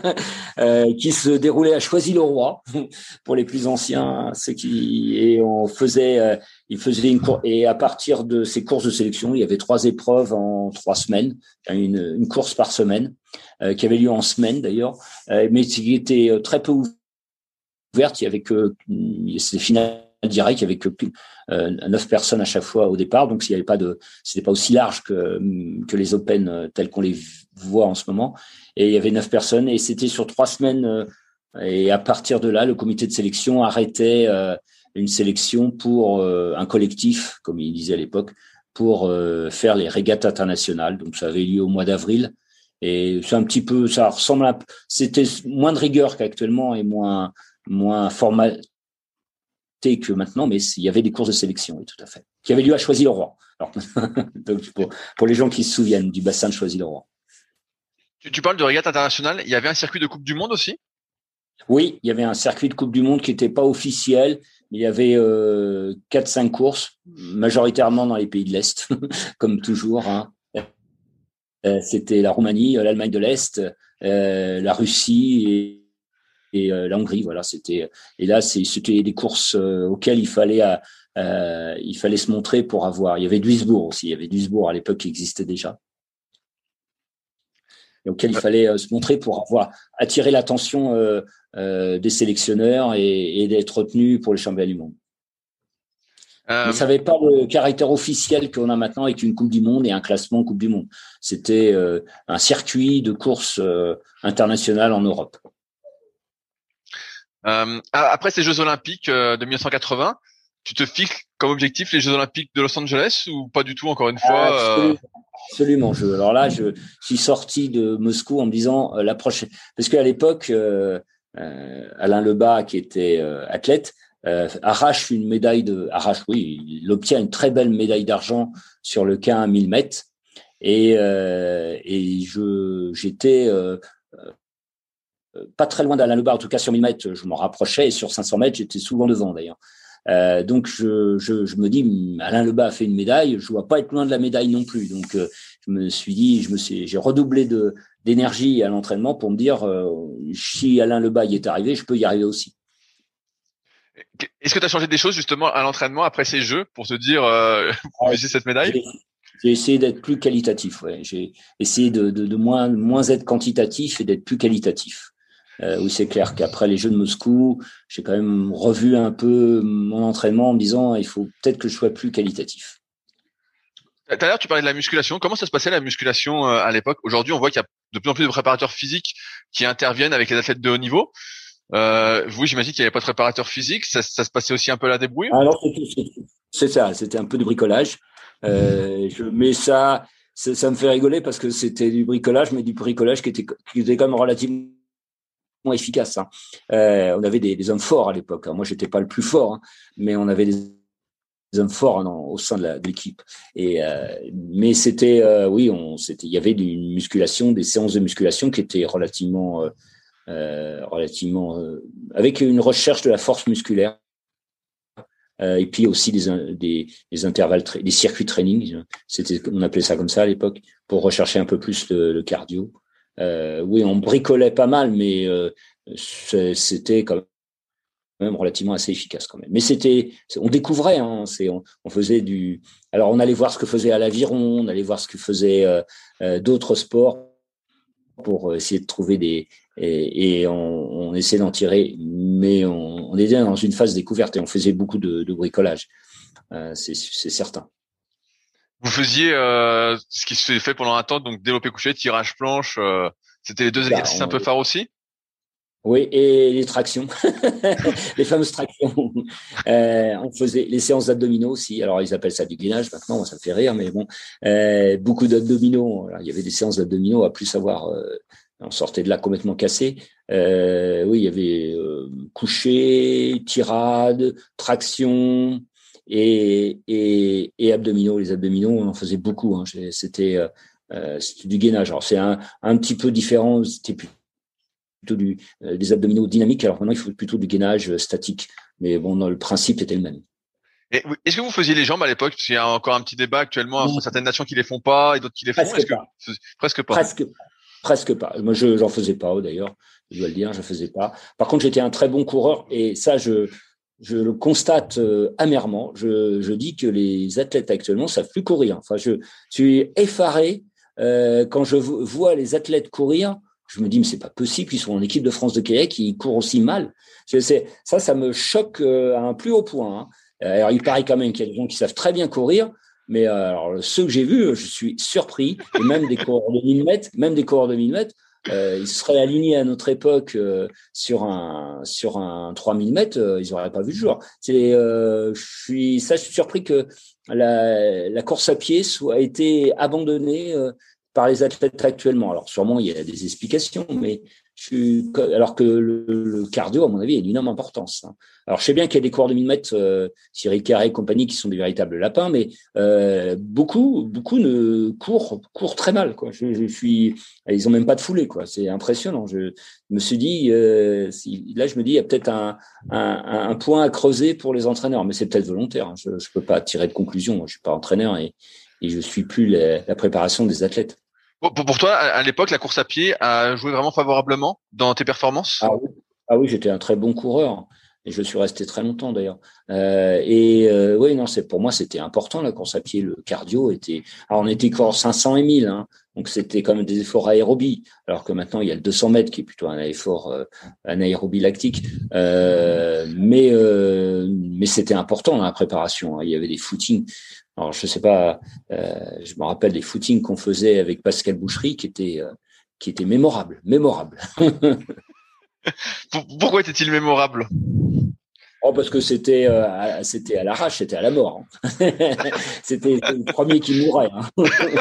qui se déroulaient à Choisy-le-Roi pour les plus anciens, et ils faisaient une course, et à partir de ces courses de sélection, il y avait 3 épreuves en 3 semaines, une course par semaine qui avait lieu en semaine d'ailleurs, mais qui était très peu ouverte. Il y avait c'était finale direct, il y avait que 9 personnes à chaque fois au départ, donc c'était pas aussi large que les Open tels qu'on les voit en ce moment, et il y avait 9 personnes, et c'était sur 3 semaines, et à partir de là, le comité de sélection arrêtait une sélection pour un collectif, comme il disait à l'époque, pour faire les régates internationales. Donc ça avait lieu au mois d'avril, et c'est un petit peu, ça ressemble c'était moins de rigueur qu'actuellement, et moins formal, que maintenant, mais il y avait des courses de sélection, oui, tout à fait, qui avaient lieu à Choisy-le-Roi. Alors, donc pour les gens qui se souviennent du bassin de Choisy-le-Roi. Tu parles de régate internationale. Il y avait un circuit de Coupe du Monde aussi? Oui, il y avait un circuit de Coupe du Monde qui n'était pas officiel, mais il y avait 4-5 courses, majoritairement dans les pays de l'Est, comme toujours. Hein. C'était la Roumanie, l'Allemagne de l'Est, la Russie et la Hongrie. Voilà, c'était. Et là, c'était des courses auxquelles il fallait se montrer pour avoir. Il y avait Duisbourg aussi. Il y avait Duisbourg à l'époque qui existait déjà, et auquel il fallait se montrer pour avoir attiré l'attention des sélectionneurs et d'être retenu pour les championnats du monde. Mais ça n'avait pas le caractère officiel qu'on a maintenant avec une Coupe du Monde et un classement Coupe du Monde. C'était un circuit de course internationale en Europe. Après ces Jeux Olympiques de 1980, tu te fixes comme objectif les Jeux Olympiques de Los Angeles ou pas du tout, encore une fois? Absolument. Alors là, je suis sorti de Moscou en me disant la prochaine, parce qu'à l'époque, Alain Lebas, qui était athlète, arrache une médaille il obtient une très belle médaille d'argent sur le 15 à 1000 mètres, et j'étais pas très loin d'Alain Lebas, en tout cas sur 1000 mètres, je m'en rapprochais, et sur 500 mètres, j'étais souvent devant d'ailleurs. Donc je me dis, Alain Lebas a fait une médaille, je ne dois pas être loin de la médaille non plus. Donc je me suis dit, j'ai redoublé d'énergie à l'entraînement pour me dire, si Alain Lebas y est arrivé, je peux y arriver aussi. Est-ce que tu as changé des choses justement à l'entraînement après ces Jeux pour te dire pour viser cette médaille? J'ai essayé d'être plus qualitatif. Ouais. J'ai essayé de moins être quantitatif et d'être plus qualitatif. Oui, c'est clair qu'après les Jeux de Moscou, j'ai quand même revu un peu mon entraînement en me disant il faut peut-être que je sois plus qualitatif. Tout à l'heure, tu parlais de la musculation. Comment ça se passait la musculation à l'époque? Aujourd'hui, on voit qu'il y a de plus en plus de préparateurs physiques qui interviennent avec les athlètes de haut niveau. Vous, j'imagine qu'il n'y avait pas de préparateur physique. Ça se passait aussi un peu à la débrouille? Alors, c'est ça. C'était un peu de bricolage. Mais ça me fait rigoler parce que c'était du bricolage, mais du bricolage qui était quand même relativement efficace. Hein. On avait des hommes forts à l'époque. Hein. Moi, j'étais pas le plus fort, hein, mais on avait des hommes forts au sein de l'équipe. Mais c'était, il y avait une musculation, des séances de musculation qui étaient relativement avec une recherche de la force musculaire. Et puis aussi des intervalles, des circuits de training. On appelait ça comme ça à l'époque, pour rechercher un peu plus le cardio. Oui, on bricolait pas mal, mais c'était quand même relativement assez efficace quand même. Mais on découvrait, hein, on faisait alors on allait voir ce que faisait à l'aviron, on allait voir ce que faisaient d'autres sports pour essayer de trouver et on essayait d'en tirer, mais on était dans une phase découverte et on faisait beaucoup de bricolage, c'est certain. Vous faisiez ce qui se fait pendant un temps, donc développé couché, tirage planche, c'était les deux exercices un peu phares aussi? Oui, et les tractions, les fameuses tractions. On faisait les séances d'abdominaux aussi. Alors, ils appellent ça du gainage maintenant, ça me fait rire, mais bon, beaucoup d'abdominaux. Alors, il y avait des séances d'abdominaux à plus savoir. On sortait de là complètement cassé. Oui, il y avait coucher, tirade, traction et abdominaux. Les abdominaux, on en faisait beaucoup. Hein. C'était du gainage. Alors, c'est un petit peu différent. C'était plutôt des abdominaux dynamiques. Alors maintenant, il faut plutôt du gainage statique. Mais bon, le principe était le même. Et est-ce que vous faisiez les jambes à l'époque? Parce qu'il y a encore un petit débat actuellement entre certaines nations qui les font pas et d'autres qui les font. Presque pas. Presque pas. Moi, j'en faisais pas, d'ailleurs. Je dois le dire, je faisais pas. Par contre, j'étais un très bon coureur et ça, je le constate amèrement. Je dis que les athlètes actuellement savent plus courir. Enfin, je suis effaré quand je vois les athlètes courir. Je me dis, mais c'est pas possible qu'ils soient en équipe de France de kayak, ils courent aussi mal. Ça me choque à un plus haut point. Hein. Alors, il paraît quand même qu'il y a des gens qui savent très bien courir, mais alors, ceux que j'ai vus, je suis surpris. Et même des coureurs de 1000 mètres, ils seraient alignés à notre époque sur un 3000 mètres, ils n'auraient pas vu le jour. Je suis surpris que la course à pied soit été abandonnée par les athlètes actuellement. Alors sûrement il y a des explications, mais Alors que le cardio, à mon avis, est d'une énorme importance. Hein. Alors, je sais bien qu'il y a des coureurs de 1000 mètres, Cyril Carré et compagnie, qui sont des véritables lapins, mais beaucoup ne courent très mal. Quoi. Ils ont même pas de foulée. Quoi. C'est impressionnant. Je me suis dit, là, je me dis, il y a peut-être un point à creuser pour les entraîneurs, mais c'est peut-être volontaire. Hein. Je peux pas tirer de conclusion. Moi, je suis pas entraîneur et je suis plus la préparation des athlètes. Pour toi, à l'époque, la course à pied a joué vraiment favorablement dans tes performances? Oui, j'étais un très bon coureur et je suis resté très longtemps d'ailleurs. Oui, non, pour moi, c'était important la course à pied. Le cardio était. Alors, on était coureur 500 et 1000, hein, donc c'était quand même des efforts aérobie. Alors que maintenant, il y a le 200 mètres qui est plutôt un effort, un aérobie lactique. Mais c'était important dans la préparation. Hein. Il y avait des footings. Alors, je sais pas, je me rappelle des footings qu'on faisait avec Pascal Boucherie qui étaient mémorables. Pourquoi était-il mémorable? Oh, parce que c'était à l'arrache, c'était à la mort. Hein. C'était le premier qui mourait. Hein.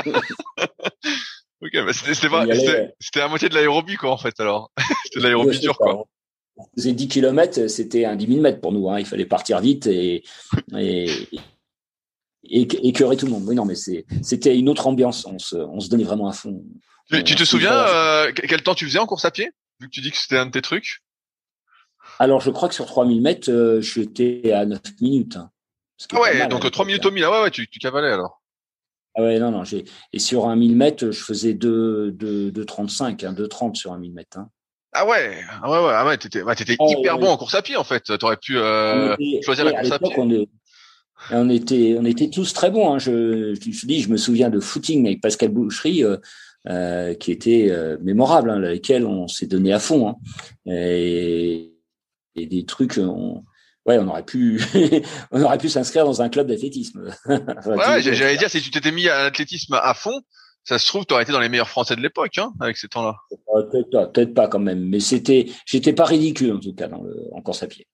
Ok, bah c'était à moitié de l'aérobie, quoi, en fait, alors. C'était de l'aérobie dure, quoi. On faisait 10 km, c'était un 10 000 mètres pour nous. Hein. Il fallait partir vite et écœurer tout le monde. Oui, non, mais c'était une autre ambiance. On se donnait vraiment à fond. Tu te souviens quel temps tu faisais en course à pied, vu que tu dis que c'était un de tes trucs? Alors, je crois que sur 3000 mètres, j'étais à 9 minutes. Hein, ah ouais, mal, donc 3 minutes au 1000. Ah ouais, tu cavalais alors. Ah ouais, non. Et sur un 1000 mètres, je faisais 2,35, hein, 2,30 sur un 1000 mètres. Hein. Ah ouais, t'étais hyper bon en course à pied, en fait. T'aurais pu choisir la course à pied. On était tous très bons. Hein. Je me souviens de footing avec Pascal Boucherie, qui était mémorable, hein, lesquels on s'est donné à fond. Hein. Et des trucs, on aurait pu, on aurait pu s'inscrire dans un club d'athlétisme. Ouais, j'allais dire, si tu t'étais mis à l'athlétisme à fond, ça se trouve, t'aurais été dans les meilleurs Français de l'époque, hein, avec ces temps-là. Peut-être pas quand même, mais j'étais pas ridicule en tout cas en course à pied.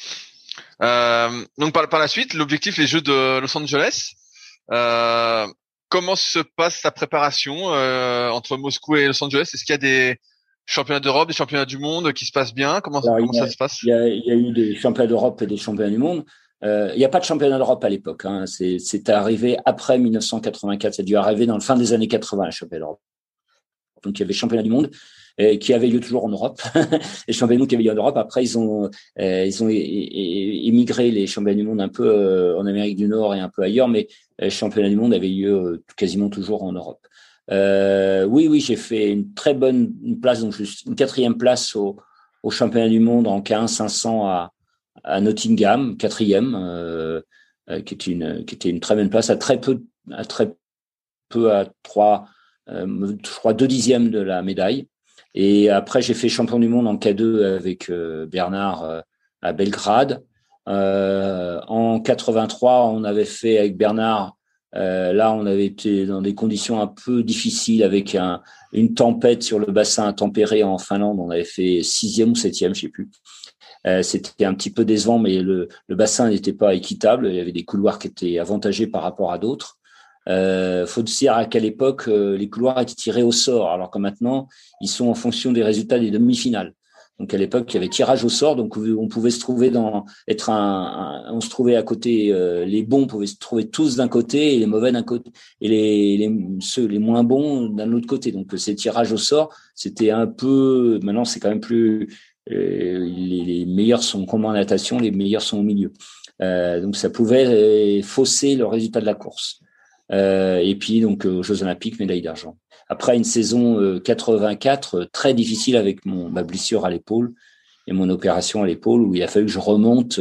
Donc par la suite, l'objectif, les Jeux de Los Angeles. Comment se passe ta préparation entre Moscou et Los Angeles? Est-ce qu'il y a des championnats d'Europe, des championnats du monde qui se passent bien? Comment ça se passe? Il y a eu des championnats d'Europe et des championnats du monde. Il n'y a pas de championnat d'Europe à l'époque. Hein. C'est arrivé après 1984. Ça a dû arriver dans la fin des années 80, le championnat d'Europe. Donc il y avait championnat du monde qui avait lieu toujours en Europe. Les championnats du monde qui avaient lieu en Europe. Après ils ont émigré les championnats du monde un peu en Amérique du Nord et un peu ailleurs, mais les championnats du monde avaient lieu quasiment toujours en Europe. Oui, j'ai fait une très bonne place, donc une 4e place au championnat du monde en K1 500 à Nottingham, 4e, qui était une très bonne place à 2/10 de la médaille. Et après, j'ai fait champion du monde en K2 avec Bernard à Belgrade. En 83, on avait fait avec Bernard. Là, on avait été dans des conditions un peu difficiles avec une tempête sur le bassin intempéré en Finlande. On avait fait 6e ou 7e, je sais plus. C'était un petit peu décevant, mais le bassin n'était pas équitable. Il y avait des couloirs qui étaient avantagés par rapport à d'autres. Faut dire qu'à l'époque, les couloirs étaient tirés au sort, alors que maintenant, ils sont en fonction des résultats des demi-finales. Donc à l'époque, il y avait tirage au sort, donc on pouvait se trouver on se trouvait à côté, les bons pouvaient se trouver tous d'un côté et les mauvais d'un côté, et les moins bons d'un autre côté. Donc ces tirages au sort, c'était un peu, maintenant c'est quand même plus, les meilleurs sont comme en natation, les meilleurs sont au milieu. Donc ça pouvait fausser le résultat de la course. Et puis donc aux Jeux Olympiques, médaille d'argent. Après une saison 84 très difficile avec ma blessure à l'épaule et mon opération à l'épaule, où il a fallu que je remonte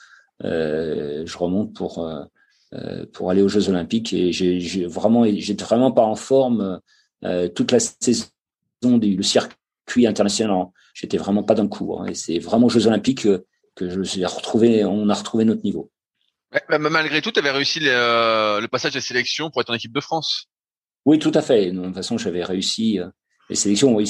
pour aller aux Jeux Olympiques, et j'étais vraiment pas en forme toute la saison du circuit international. J'étais vraiment pas d'un coup, hein, et c'est vraiment aux Jeux Olympiques on a retrouvé notre niveau. Ouais, malgré tout, tu avais réussi le passage des sélections pour être en équipe de France. Oui, tout à fait. De toute façon, j'avais réussi les sélections. Oui,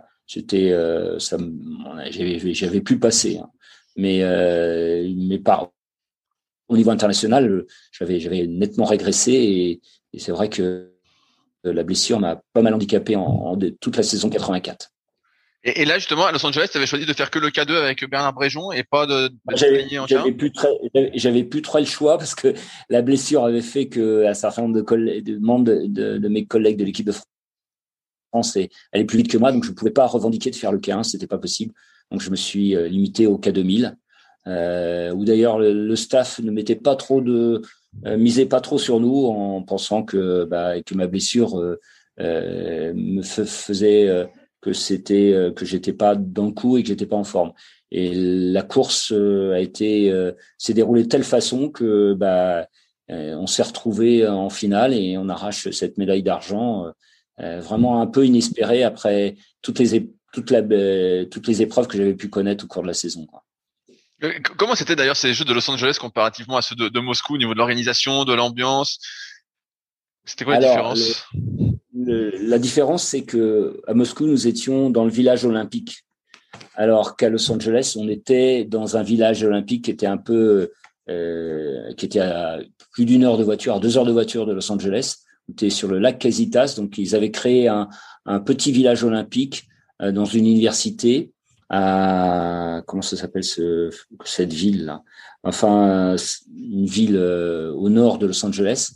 j'avais pu passer, hein. Mais pas au niveau international. J'avais nettement régressé, et c'est vrai que la blessure m'a pas mal handicapé en toute la saison 84. Et là, justement, à Los Angeles, tu avais choisi de faire que le K2 avec Bernard Bréjon et pas de J'avais en K1? plus très le choix parce que la blessure avait fait qu'un certain nombre de membres de mes collègues de l'équipe de France allaient plus vite que moi, donc je ne pouvais pas revendiquer de faire le K1, c'était pas possible. Donc je me suis limité au K2000, où d'ailleurs le staff ne mettait pas trop misait pas trop sur nous en pensant que ma blessure me faisait que j'étais pas dans le coup et que j'étais pas en forme. Et la course s'est déroulée de telle façon que on s'est retrouvé en finale et on arrache cette médaille d'argent vraiment un peu inespérée après toutes les épreuves que j'avais pu connaître au cours de la saison, quoi. Comment c'était d'ailleurs ces Jeux de Los Angeles comparativement à ceux de Moscou au niveau de l'organisation, de l'ambiance? C'était quoi la différence? La différence, c'est que à Moscou, nous étions dans le village olympique, alors qu'à Los Angeles, on était dans un village olympique qui était qui était à plus d'une heure de voiture, à 2 heures de voiture de Los Angeles. On était sur le lac Casitas, donc ils avaient créé un petit village olympique dans une université. Comment ça s'appelle cette ville là? Enfin, une ville au nord de Los Angeles.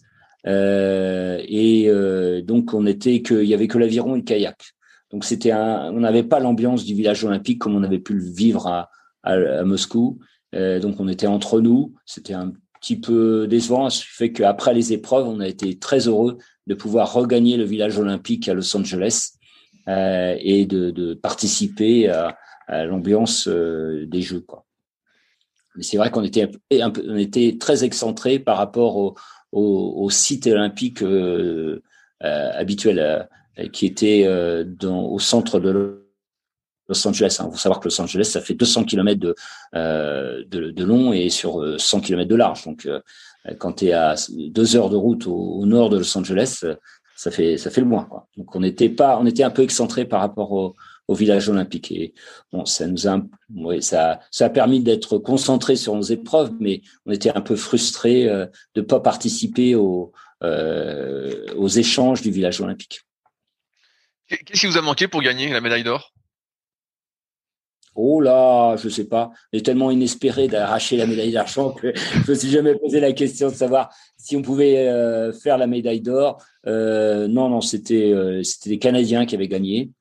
Donc il y avait que l'aviron et le kayak. Donc on n'avait pas l'ambiance du village olympique comme on avait pu le vivre à Moscou. Donc on était entre nous. C'était un petit peu décevant, ce qui fait qu'après les épreuves, on a été très heureux de pouvoir regagner le village olympique à Los Angeles et de participer à l'ambiance des Jeux, quoi. Mais c'est vrai qu'on était on était très excentré par rapport au site olympique habituel qui était au centre de Los Angeles. Il faut savoir que Los Angeles, ça fait 200 km de long et sur 100 km de large. Donc, quand tu es à 2 heures de route au nord de Los Angeles, ça fait loin, quoi. Donc, on était un peu excentré par rapport au village olympique. Et bon, ça a permis d'être concentré sur nos épreuves, mais on était un peu frustrés de pas participer aux échanges du village olympique. Qu'est-ce qui vous a manqué pour gagner la médaille d'or? Oh là, je sais pas. C'est tellement inespéré d'arracher la médaille d'argent que je me suis jamais posé la question de savoir si on pouvait faire la médaille d'or. Non, c'était les Canadiens qui avaient gagné.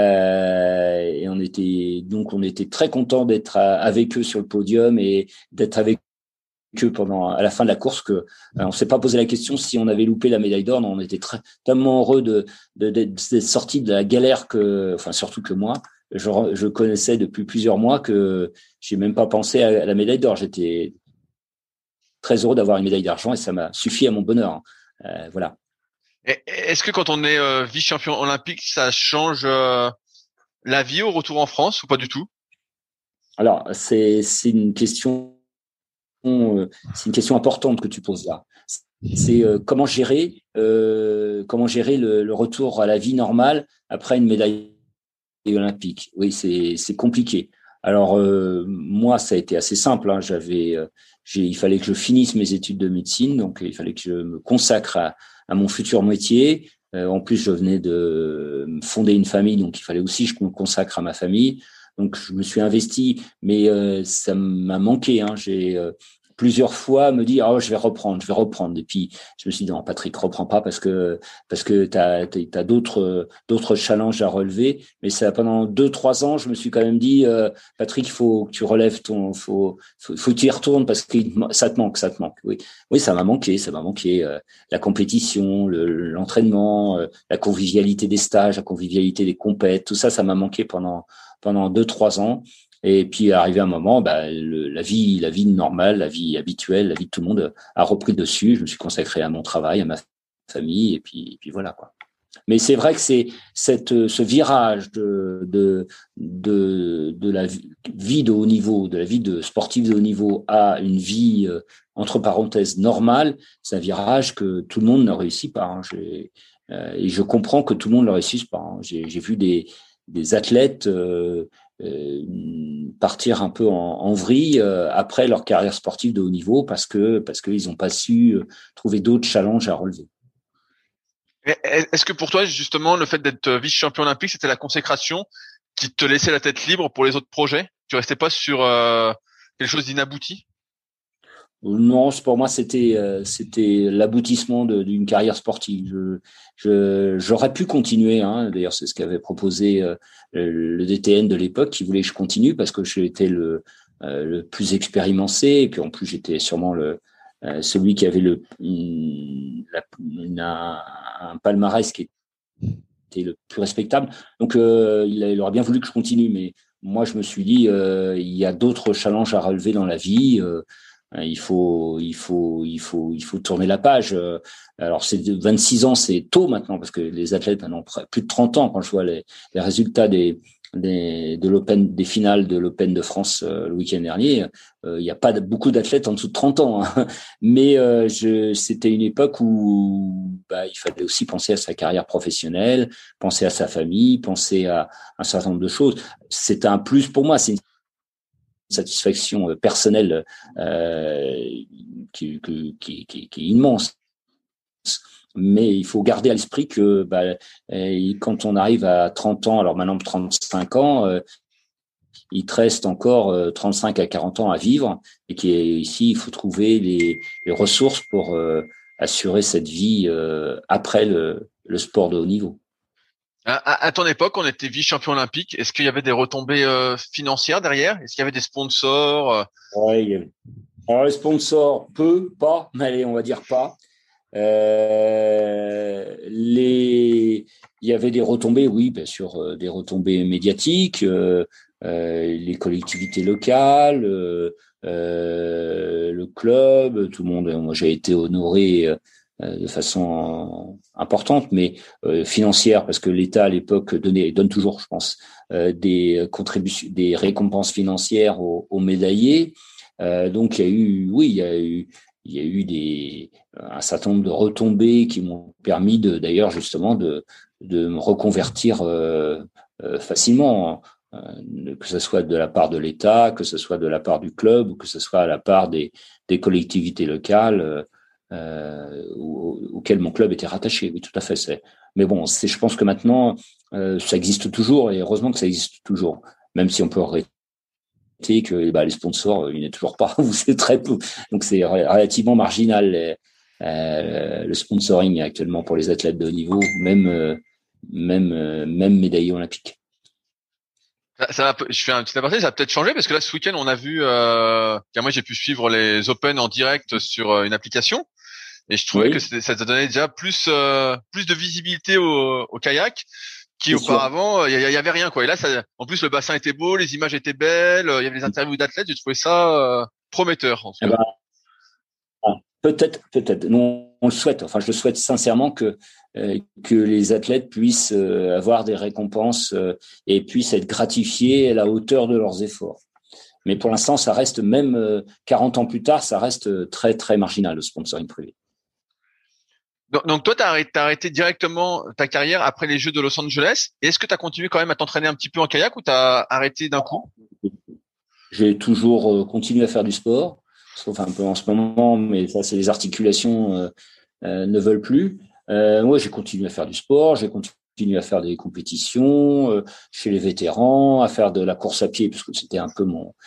Et on était très contents d'être avec eux sur le podium et d'être avec eux à la fin de la course on s'est pas posé la question si on avait loupé la médaille d'or. Non, on était tellement heureux d'être sortis de la galère surtout que moi, je connaissais depuis plusieurs mois que j'ai même pas pensé à la médaille d'or. J'étais très heureux d'avoir une médaille d'argent et ça m'a suffi à mon bonheur. Voilà. Est-ce que quand on est vice-champion olympique, ça change la vie au retour en France ou pas du tout? Alors, c'est une question importante que tu poses là. C'est comment gérer le retour à la vie normale après une médaille olympique. Oui, c'est compliqué. Alors moi, ça a été assez simple, hein. Il fallait que je finisse mes études de médecine, donc il fallait que je me consacre à mon futur métier. En plus, je venais de fonder une famille, donc il fallait aussi que je me consacre à ma famille. Donc je me suis investi, mais ça m'a manqué, hein. J'ai plusieurs fois me dire je vais reprendre, et puis je me suis dit non, Patrick, reprends pas parce que t'as d'autres challenges à relever. Mais ça, pendant 2-3 ans, je me suis quand même dit Patrick, il faut que tu relèves faut que tu y retournes parce que ça te manque. Oui, ça m'a manqué la compétition, l'entraînement, la convivialité des stages, la convivialité des compètes, tout ça m'a manqué pendant 2-3 ans. Et puis arrivé un moment, la vie normale, la vie habituelle, la vie de tout le monde a repris le dessus. Je me suis consacré à mon travail, à ma famille, et puis voilà, quoi. Mais c'est vrai que c'est ce virage de la vie de haut niveau, de la vie de sportif de haut niveau à une vie entre parenthèses normale, c'est un virage que tout le monde ne réussit pas, hein. Et je comprends que tout le monde ne le réussisse pas, hein. J'ai vu des athlètes partir un peu en vrille après leur carrière sportive de haut niveau parce qu'ils n'ont pas su trouver d'autres challenges à relever. Est-ce que pour toi, justement, le fait d'être vice-champion olympique, c'était la consécration qui te laissait la tête libre pour les autres projets? Tu restais pas sur quelque chose d'inabouti? Non, pour moi, c'était l'aboutissement d'une carrière sportive. J'aurais pu continuer, hein. D'ailleurs, c'est ce qu'avait proposé le DTN de l'époque, qui voulait que je continue parce que j'étais le plus expérimenté, et puis en plus j'étais sûrement celui qui avait un palmarès qui était le plus respectable. Donc, il aurait bien voulu que je continue, mais moi, je me suis dit, il y a d'autres challenges à relever dans la vie. Il faut tourner la page. Alors, 26 ans, c'est tôt maintenant, parce que les athlètes en ont plus de 30 ans. Quand je vois les résultats de l'Open, des finales de l'Open de France le week-end dernier, il n'y a pas beaucoup d'athlètes en dessous de 30 ans, hein. Mais c'était une époque où il fallait aussi penser à sa carrière professionnelle, penser à sa famille, penser à un certain nombre de choses. C'est un plus pour moi, c'est une satisfaction personnelle qui est immense. Mais il faut garder à l'esprit que quand on arrive à 30 ans, alors maintenant 35 ans, il te reste encore 35 à 40 ans à vivre, et ici il faut trouver les ressources pour assurer cette vie après le sport de haut niveau. À ton époque, on était vice-champion olympique. Est-ce qu'il y avait des retombées financières derrière? Est-ce qu'il y avait des sponsors? Ouais, il y avait. Alors les sponsors, pas, mais allez, on va dire pas. Il y avait des retombées, oui, bien sûr, des retombées médiatiques, les collectivités locales, le club, tout le monde. Moi, j'ai été honoré de façon importante, mais financière, parce que l'État à l'époque donne toujours, je pense, des contributions, des récompenses financières aux médaillés. Donc il y a eu un certain nombre de retombées qui m'ont permis d'ailleurs justement de me reconvertir facilement, que ce soit de la part de l'État, que ce soit de la part du club, ou que ce soit à la part des collectivités locales auxquelles mon club était rattaché. Oui, tout à fait. Mais bon, je pense que maintenant ça existe toujours, et heureusement que ça existe toujours, même si on peut que les sponsors, il n'y en a toujours pas, ou c'est très peu. Donc c'est relativement marginal le sponsoring actuellement pour les athlètes de haut niveau, même médaillés olympiques. Je fais un petit aparté, ça a peut-être changé parce que là ce week-end on a vu, car moi j'ai pu suivre les Open en direct sur une application, et je trouvais que ça te donnait déjà plus de visibilité au kayak. Qui auparavant, il y avait rien, quoi. Et là, en plus, le bassin était beau, les images étaient belles, il y avait des interviews d'athlètes. J'ai trouvé ça prometteur. En tout cas. Peut-être. Non, on le souhaite. Enfin, je le souhaite sincèrement que les athlètes puissent avoir des récompenses et puissent être gratifiés à la hauteur de leurs efforts. Mais pour l'instant, ça reste, même 40 ans plus tard, ça reste très, très marginal, le sponsoring privé. Donc toi, t'as arrêté directement ta carrière après les Jeux de Los Angeles. Et est-ce que t'as continué quand même à t'entraîner un petit peu en kayak, ou t'as arrêté d'un coup? J'ai toujours continué à faire du sport, sauf un peu en ce moment, mais ça, c'est les articulations ne veulent plus. Moi, j'ai continué à faire du sport, j'ai continué à faire des compétitions chez les vétérans, à faire de la course à pied, parce que c'était un peu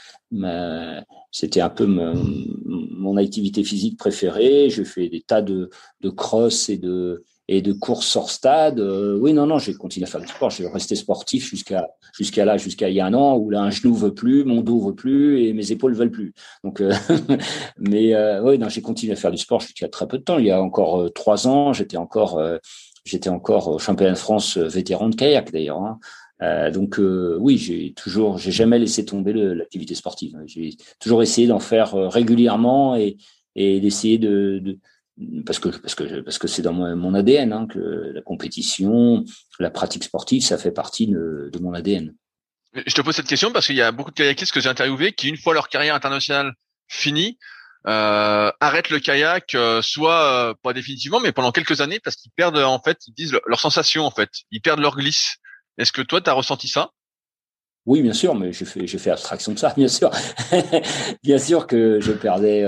mon activité physique préférée. J'ai fait des tas de cross et de courses hors stade. Oui, non, j'ai continué à faire du sport. J'ai resté sportif jusqu'à il y a un an, où là, un genou veut plus, mon dos veut plus et mes épaules veulent plus. Donc, oui, non, j'ai continué à faire du sport jusqu'à très peu de temps. Il y a encore 3 ans, j'étais encore au championnat de France vétéran de kayak d'ailleurs, hein. Donc oui, j'ai jamais laissé tomber l'activité sportive. J'ai toujours essayé d'en faire régulièrement et d'essayer parce que c'est dans mon ADN, hein, que la compétition, la pratique sportive, ça fait partie de mon ADN. Je te pose cette question parce qu'il y a beaucoup de kayakistes que j'ai interviewés qui, une fois leur carrière internationale finie, arrêtent le kayak, soit pas définitivement, mais pendant quelques années, parce qu'ils perdent, en fait, ils disent leur sensation, en fait, ils perdent leur glisse. Est-ce que toi, t'as ressenti ça? Oui, bien sûr, mais j'ai fait abstraction de ça, bien sûr. Bien sûr que je perdais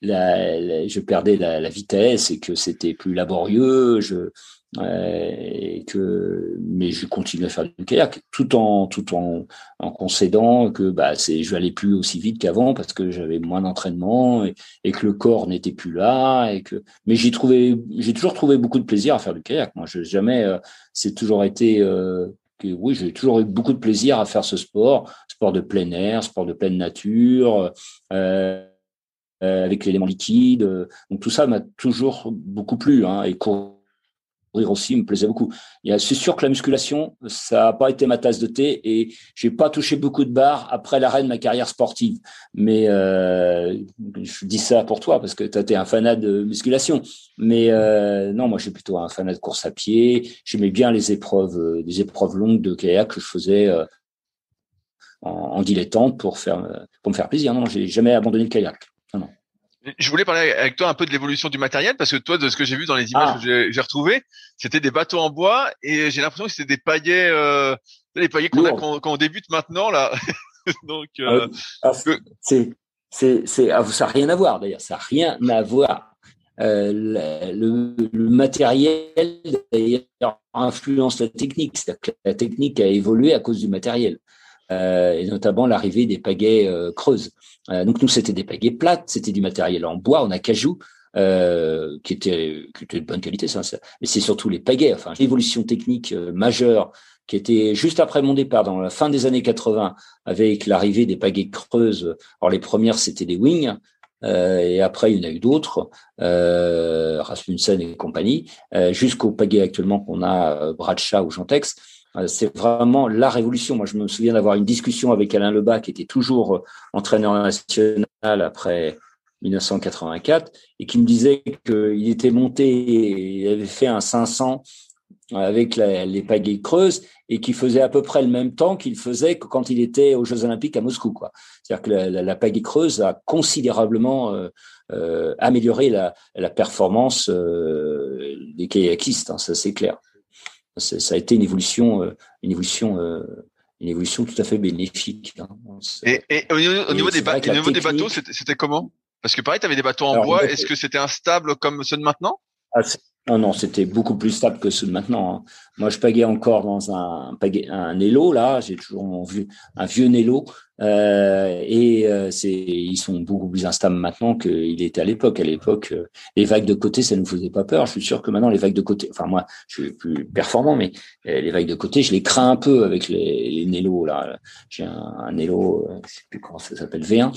la vitesse et que c'était plus laborieux. Mais je continuais à faire du kayak en concédant que je allais plus aussi vite qu'avant parce que j'avais moins d'entraînement et que le corps n'était plus là mais j'ai toujours trouvé beaucoup de plaisir à faire du kayak. Moi, c'est toujours été oui, j'ai toujours eu beaucoup de plaisir à faire ce sport de plein air, sport de pleine nature, avec l'élément liquide. Donc tout ça m'a toujours beaucoup plu, hein, et courir aussi me plaisait beaucoup. C'est sûr que la musculation, ça n'a pas été ma tasse de thé et j'ai pas touché beaucoup de barres après l'arrêt de ma carrière sportive. Mais je dis ça pour toi parce que tu étais un fanat de musculation. Mais non, moi, je suis plutôt un fanat de course à pied. J'aimais bien les épreuves longues de kayak que je faisais en dilettante pour me faire plaisir. Non, j'ai jamais abandonné le kayak. Non, non. Je voulais parler avec toi un peu de l'évolution du matériel parce que toi, de ce que j'ai vu dans les images que j'ai retrouvées, c'était des bateaux en bois et j'ai l'impression que c'était des pagaies, les pagaies qu'on débute maintenant là. Donc, ça n'a rien à voir d'ailleurs. Ça n'a rien à voir. Le matériel d'ailleurs influence la technique. C'est-à-dire que la technique a évolué à cause du matériel. Et notamment l'arrivée des pagaies creuses. Donc nous, c'était des pagaies plates, c'était du matériel en bois, en acajou, qui était de bonne qualité, ça. Mais c'est surtout les pagaies, enfin, l'évolution technique majeure qui était juste après mon départ, dans la fin des années 80, avec l'arrivée des pagaies creuses. Alors les premières, c'était des Wing, et après il y en a eu d'autres, Rasmussen et compagnie, jusqu'aux pagaies actuellement qu'on a, Bradshaw ou Gentex. C'est vraiment la révolution. Moi, je me souviens d'avoir une discussion avec Alain Lebas, qui était toujours entraîneur national après 1984, et qui me disait qu'il était monté, il avait fait un 500 avec les pagaies creuses et qui faisait à peu près le même temps qu'il faisait que quand il était aux Jeux Olympiques à Moscou, quoi. C'est-à-dire que la pagaie creuse a considérablement amélioré la performance des kayakistes, hein, ça c'est clair. Ça a été une évolution tout à fait bénéfique. Hein. Et au niveau des bateaux, c'était comment? Parce que pareil, tu avais des bateaux en bois. Est-ce que c'était instable comme ceux de maintenant? Non, c'était beaucoup plus stable que ceux de maintenant. Hein. Moi, je pagayais encore dans un Nelo, là. J'ai toujours vu un vieux Nelo. Ils sont beaucoup plus instables maintenant qu'il était à l'époque. À l'époque, les vagues de côté, ça ne nous faisait pas peur. Je suis sûr que maintenant, les vagues de côté, enfin, moi, je suis plus performant, mais les vagues de côté, je les crains un peu avec les Nelo, là. J'ai un Nelo, je sais plus comment ça s'appelle, V1.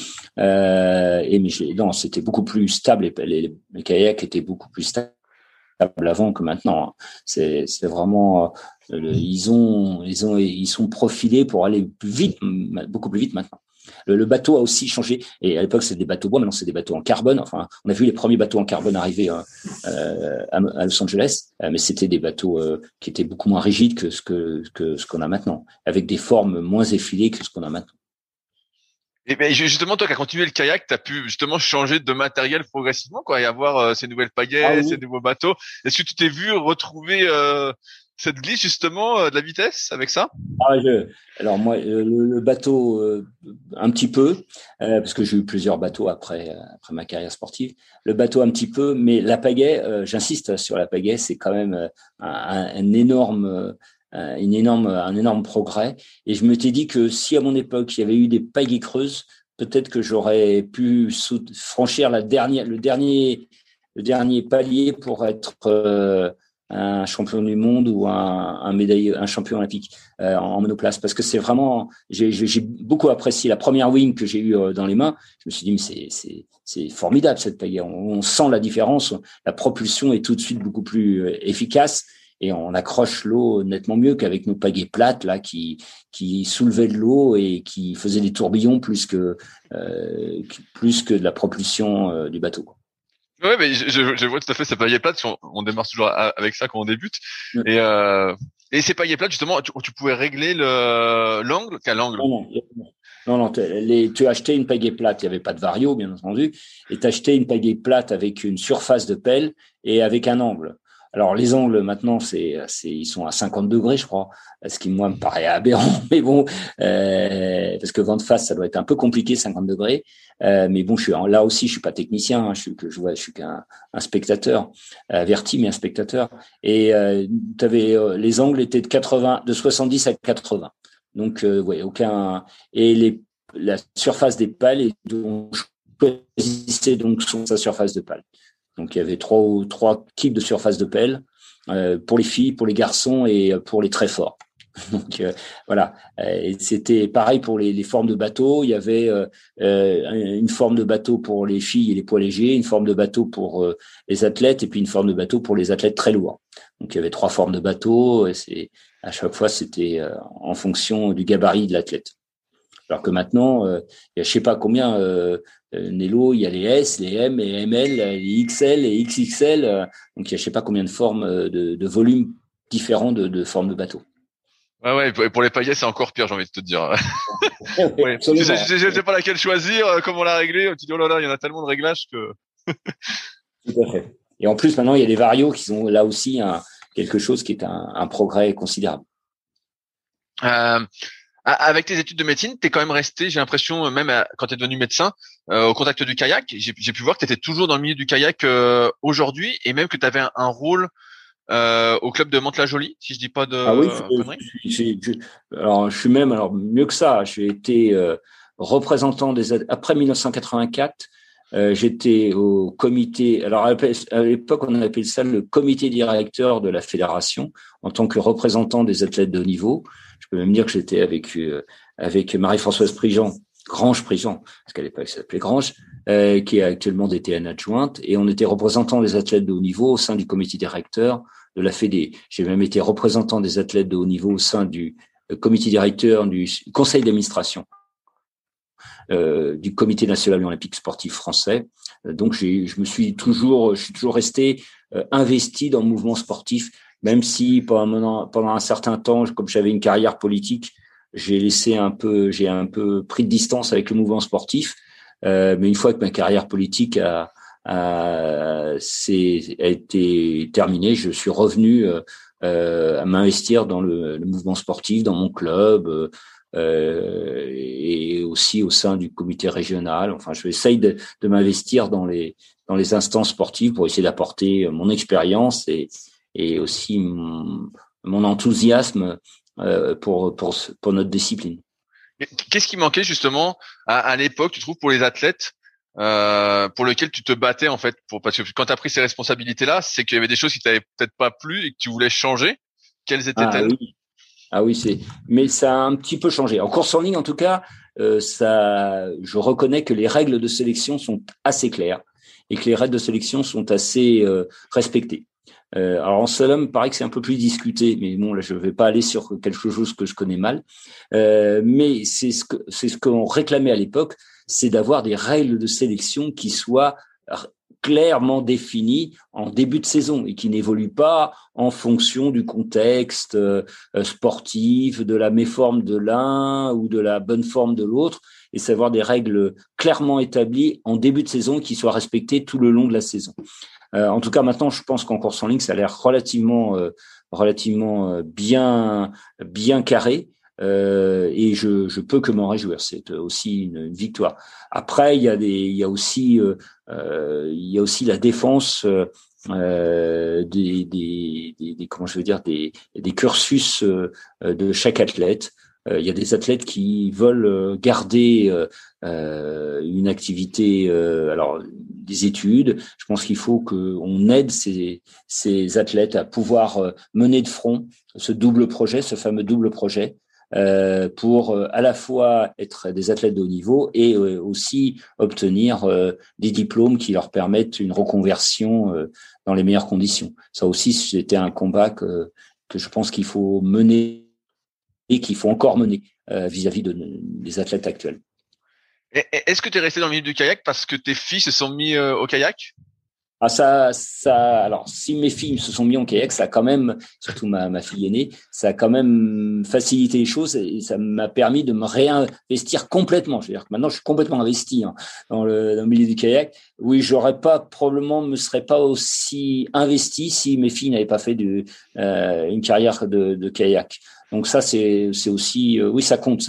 Non, c'était beaucoup plus stable. Les kayaks étaient beaucoup plus stables avant que maintenant. C'est vraiment ils sont profilés pour aller plus vite, beaucoup plus vite maintenant. Le bateau a aussi changé et à l'époque c'était des bateaux bois, maintenant c'est des bateaux en carbone. Enfin, on a vu les premiers bateaux en carbone arriver à Los Angeles, mais c'était des bateaux qui étaient beaucoup moins rigides que ce qu'on a maintenant, avec des formes moins effilées que ce qu'on a maintenant. Et ben justement, toi qui as continué le kayak, tu as pu justement changer de matériel progressivement, quoi, et avoir ces nouvelles pagaies, oui. Ces nouveaux bateaux. Est-ce que tu t'es vu retrouver cette glisse justement de la vitesse avec ça? Alors moi, le bateau un petit peu, parce que j'ai eu plusieurs bateaux après ma carrière sportive. Le bateau un petit peu, mais la pagaie, j'insiste sur la pagaie, c'est quand même un énorme progrès. Et je me t'ai dit que si à mon époque il y avait eu des pagaies creuses, peut-être que j'aurais pu franchir le dernier palier pour être un champion du monde ou un champion olympique en monoplace. Parce que c'est vraiment, j'ai beaucoup apprécié la première wing que j'ai eue dans les mains. Je me suis dit, mais c'est formidable cette pagaie. On sent la différence. La propulsion est tout de suite beaucoup plus efficace. Et on accroche l'eau nettement mieux qu'avec nos pagaies plates là qui soulevaient de l'eau et qui faisaient des tourbillons plus que de la propulsion du bateau. Ouais, mais je vois tout à fait ces pagaies plates. On démarre toujours avec ça quand on débute. Et ces pagaies plates justement, tu pouvais régler l'angle. Quel angle? Non, tu achetais une pagaie plate, il n'y avait pas de vario, bien entendu, et tu achetais une pagaie plate avec une surface de pelle et avec un angle. Alors les angles maintenant, ils sont à 50 degrés, je crois, ce qui moi me paraît aberrant. Mais bon, parce que vent de face, ça doit être un peu compliqué 50 degrés. Mais bon, là aussi, je suis pas technicien. Hein, je suis qu'un spectateur averti, mais un spectateur. Et les angles étaient de 70 à 80. Donc ouais, aucun. Et la surface des pales, et on choisissait donc sa surface de pale. Donc il y avait trois types de surface de pelle, pour les filles, pour les garçons et pour les très forts. Donc voilà, et c'était pareil pour les formes de bateau. Il y avait une forme de bateau pour les filles et les poids légers, une forme de bateau pour les athlètes, et puis une forme de bateau pour les athlètes très lourds. Donc il y avait 3 formes de bateau, et à chaque fois c'était en fonction du gabarit de l'athlète. Alors que maintenant, il y a je sais pas combien Nelo, il y a les S, les M, les ML, les XL et XXL. Donc il y a je sais pas combien de formes de volumes différents de formes de bateau. Ouais, et pour les paillettes, c'est encore pire, j'ai envie de te dire. Ouais. Tu sais pas laquelle choisir, comment la régler. Tu dis, oh là là, il y en a tellement de réglages que. Tout à fait. Et en plus, maintenant, il y a les varios qui sont là aussi quelque chose qui est un progrès considérable. Avec tes études de médecine, t'es quand même resté, j'ai l'impression, même quand t'es devenu médecin, au contact du kayak. J'ai pu voir que t'étais toujours dans le milieu du kayak aujourd'hui, et même que t'avais un rôle au club de Mantes-la-Jolie, si je dis pas de conneries. Alors, je suis même mieux que ça. J'ai été représentant après 1984. J'étais au comité. Alors à l'époque, on appelait ça le comité directeur de la fédération en tant que représentant des athlètes de haut niveau. Je peux même dire que j'étais avec Marie-Françoise Grange Prigent, parce qu'à l'époque, ça s'appelait Grange, qui est actuellement DTN adjointe, et on était représentant des athlètes de haut niveau au sein du comité directeur de la Fédé. J'ai même été représentant des athlètes de haut niveau au sein du comité directeur du conseil d'administration du Comité national olympique sportif français. Donc je suis toujours resté investi dans le mouvement sportif, même si pendant un certain temps, comme j'avais une carrière politique, j'ai un peu pris de distance avec le mouvement sportif. Mais une fois que ma carrière politique a été terminée, je suis revenu à m'investir dans le mouvement sportif, dans mon club, et aussi au sein du comité régional. Enfin, je essaye de m'investir dans les instances sportives pour essayer d'apporter mon expérience et aussi mon enthousiasme pour notre discipline. Qu'est-ce qui manquait justement à l'époque, tu trouves, pour les athlètes pour lesquels tu te battais en fait, parce que quand tu as pris ces responsabilités-là, c'est qu'il y avait des choses qui t'avaient peut-être pas plu et que tu voulais changer. Quelles étaient-elles? Oui, mais ça a un petit peu changé. En course en ligne, en tout cas, je reconnais que les règles de sélection sont assez claires et que les règles de sélection sont assez respectées. Alors en slalom, il paraît que c'est un peu plus discuté, mais bon, là, je vais pas aller sur quelque chose que je connais mal. Mais c'est ce qu'on réclamait à l'époque, c'est d'avoir des règles de sélection qui soient clairement définies en début de saison et qui n'évoluent pas en fonction du contexte sportif, de la méforme de l'un ou de la bonne forme de l'autre, et savoir des règles clairement établies en début de saison qui soient respectées tout le long de la saison. En tout cas, maintenant, je pense qu'en course en ligne, ça a l'air relativement bien carré. Et je peux que m'en réjouir. C'est aussi une victoire. Après, il y a aussi la défense des cursus de chaque athlète. Il y a des athlètes qui veulent garder une activité, des études. Je pense qu'il faut qu'on aide ces athlètes à pouvoir mener de front ce double projet, ce fameux double projet, pour à la fois être des athlètes de haut niveau et aussi obtenir des diplômes qui leur permettent une reconversion dans les meilleures conditions. Ça aussi, c'était un combat que je pense qu'il faut mener et qu'il faut encore mener vis-à-vis des athlètes actuels. Est-ce que tu es resté dans le milieu du kayak parce que tes filles se sont mis au kayak? Ah alors si mes filles se sont mis en kayak, ça a quand même, surtout ma fille aînée, ça a quand même facilité les choses et ça m'a permis de me réinvestir complètement. Je veux dire que maintenant je suis complètement investi dans le milieu du kayak. Oui, probablement me serais pas aussi investi si mes filles n'avaient pas fait une carrière de kayak. Donc ça c'est aussi oui, ça compte.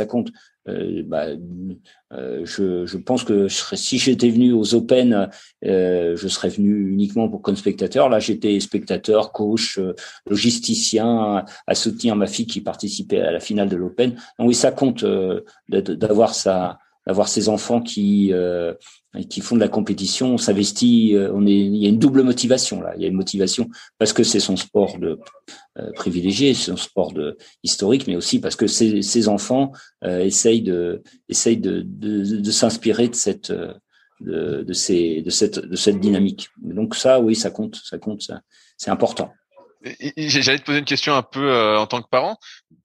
Je pense que si j'étais venu aux Open, je serais venu uniquement comme spectateur. Là, j'étais spectateur, coach, logisticien à soutenir ma fille qui participait à la finale de l'Open. Donc oui, ça compte d'avoir ces enfants qui font de la compétition. On s'investit. Il y a une double motivation là. Il y a une motivation parce que c'est son sport privilégié, c'est son sport historique, mais aussi parce que ces enfants essayent de s'inspirer de cette dynamique. Donc ça, oui, ça compte, c'est important. J'allais te poser une question un peu en tant que parent.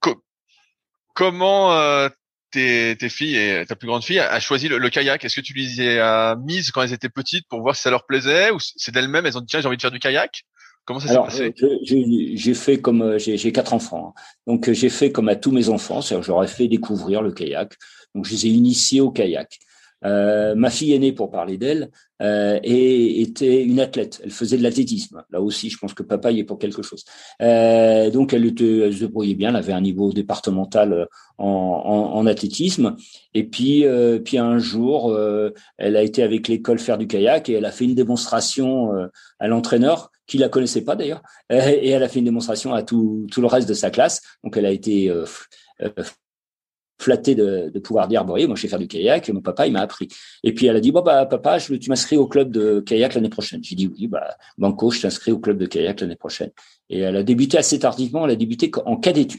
Comment tes filles et ta plus grande fille a choisi le kayak? Est-ce que tu les as mises quand elles étaient petites pour voir si ça leur plaisait, ou c'est d'elles-mêmes, elles ont dit tiens, j'ai envie de faire du kayak? Comment ça s'est passé? J'ai fait comme j'ai 4 enfants, donc j'ai fait comme à tous mes enfants, c'est-à-dire je leur ai fait découvrir le kayak. Donc je les ai initiés au kayak. Ma fille aînée, pour parler d'elle, était une athlète. Elle faisait de l'athlétisme. Là aussi, je pense que papa y est pour quelque chose. Donc elle se débrouillait bien. Elle avait un niveau départemental en athlétisme. Et puis un jour, elle a été avec l'école faire du kayak et elle a fait une démonstration à l'entraîneur qui la connaissait pas d'ailleurs. Et elle a fait une démonstration à tout le reste de sa classe. Donc elle a été flattée de pouvoir dire, bon, oui, moi, je sais faire du kayak, mon papa, il m'a appris. Et puis, elle a dit, bon, papa, tu m'inscris au club de kayak l'année prochaine. J'ai dit, oui, banco, je t'inscris au club de kayak l'année prochaine. Et elle a débuté assez tardivement, elle a débuté en cadette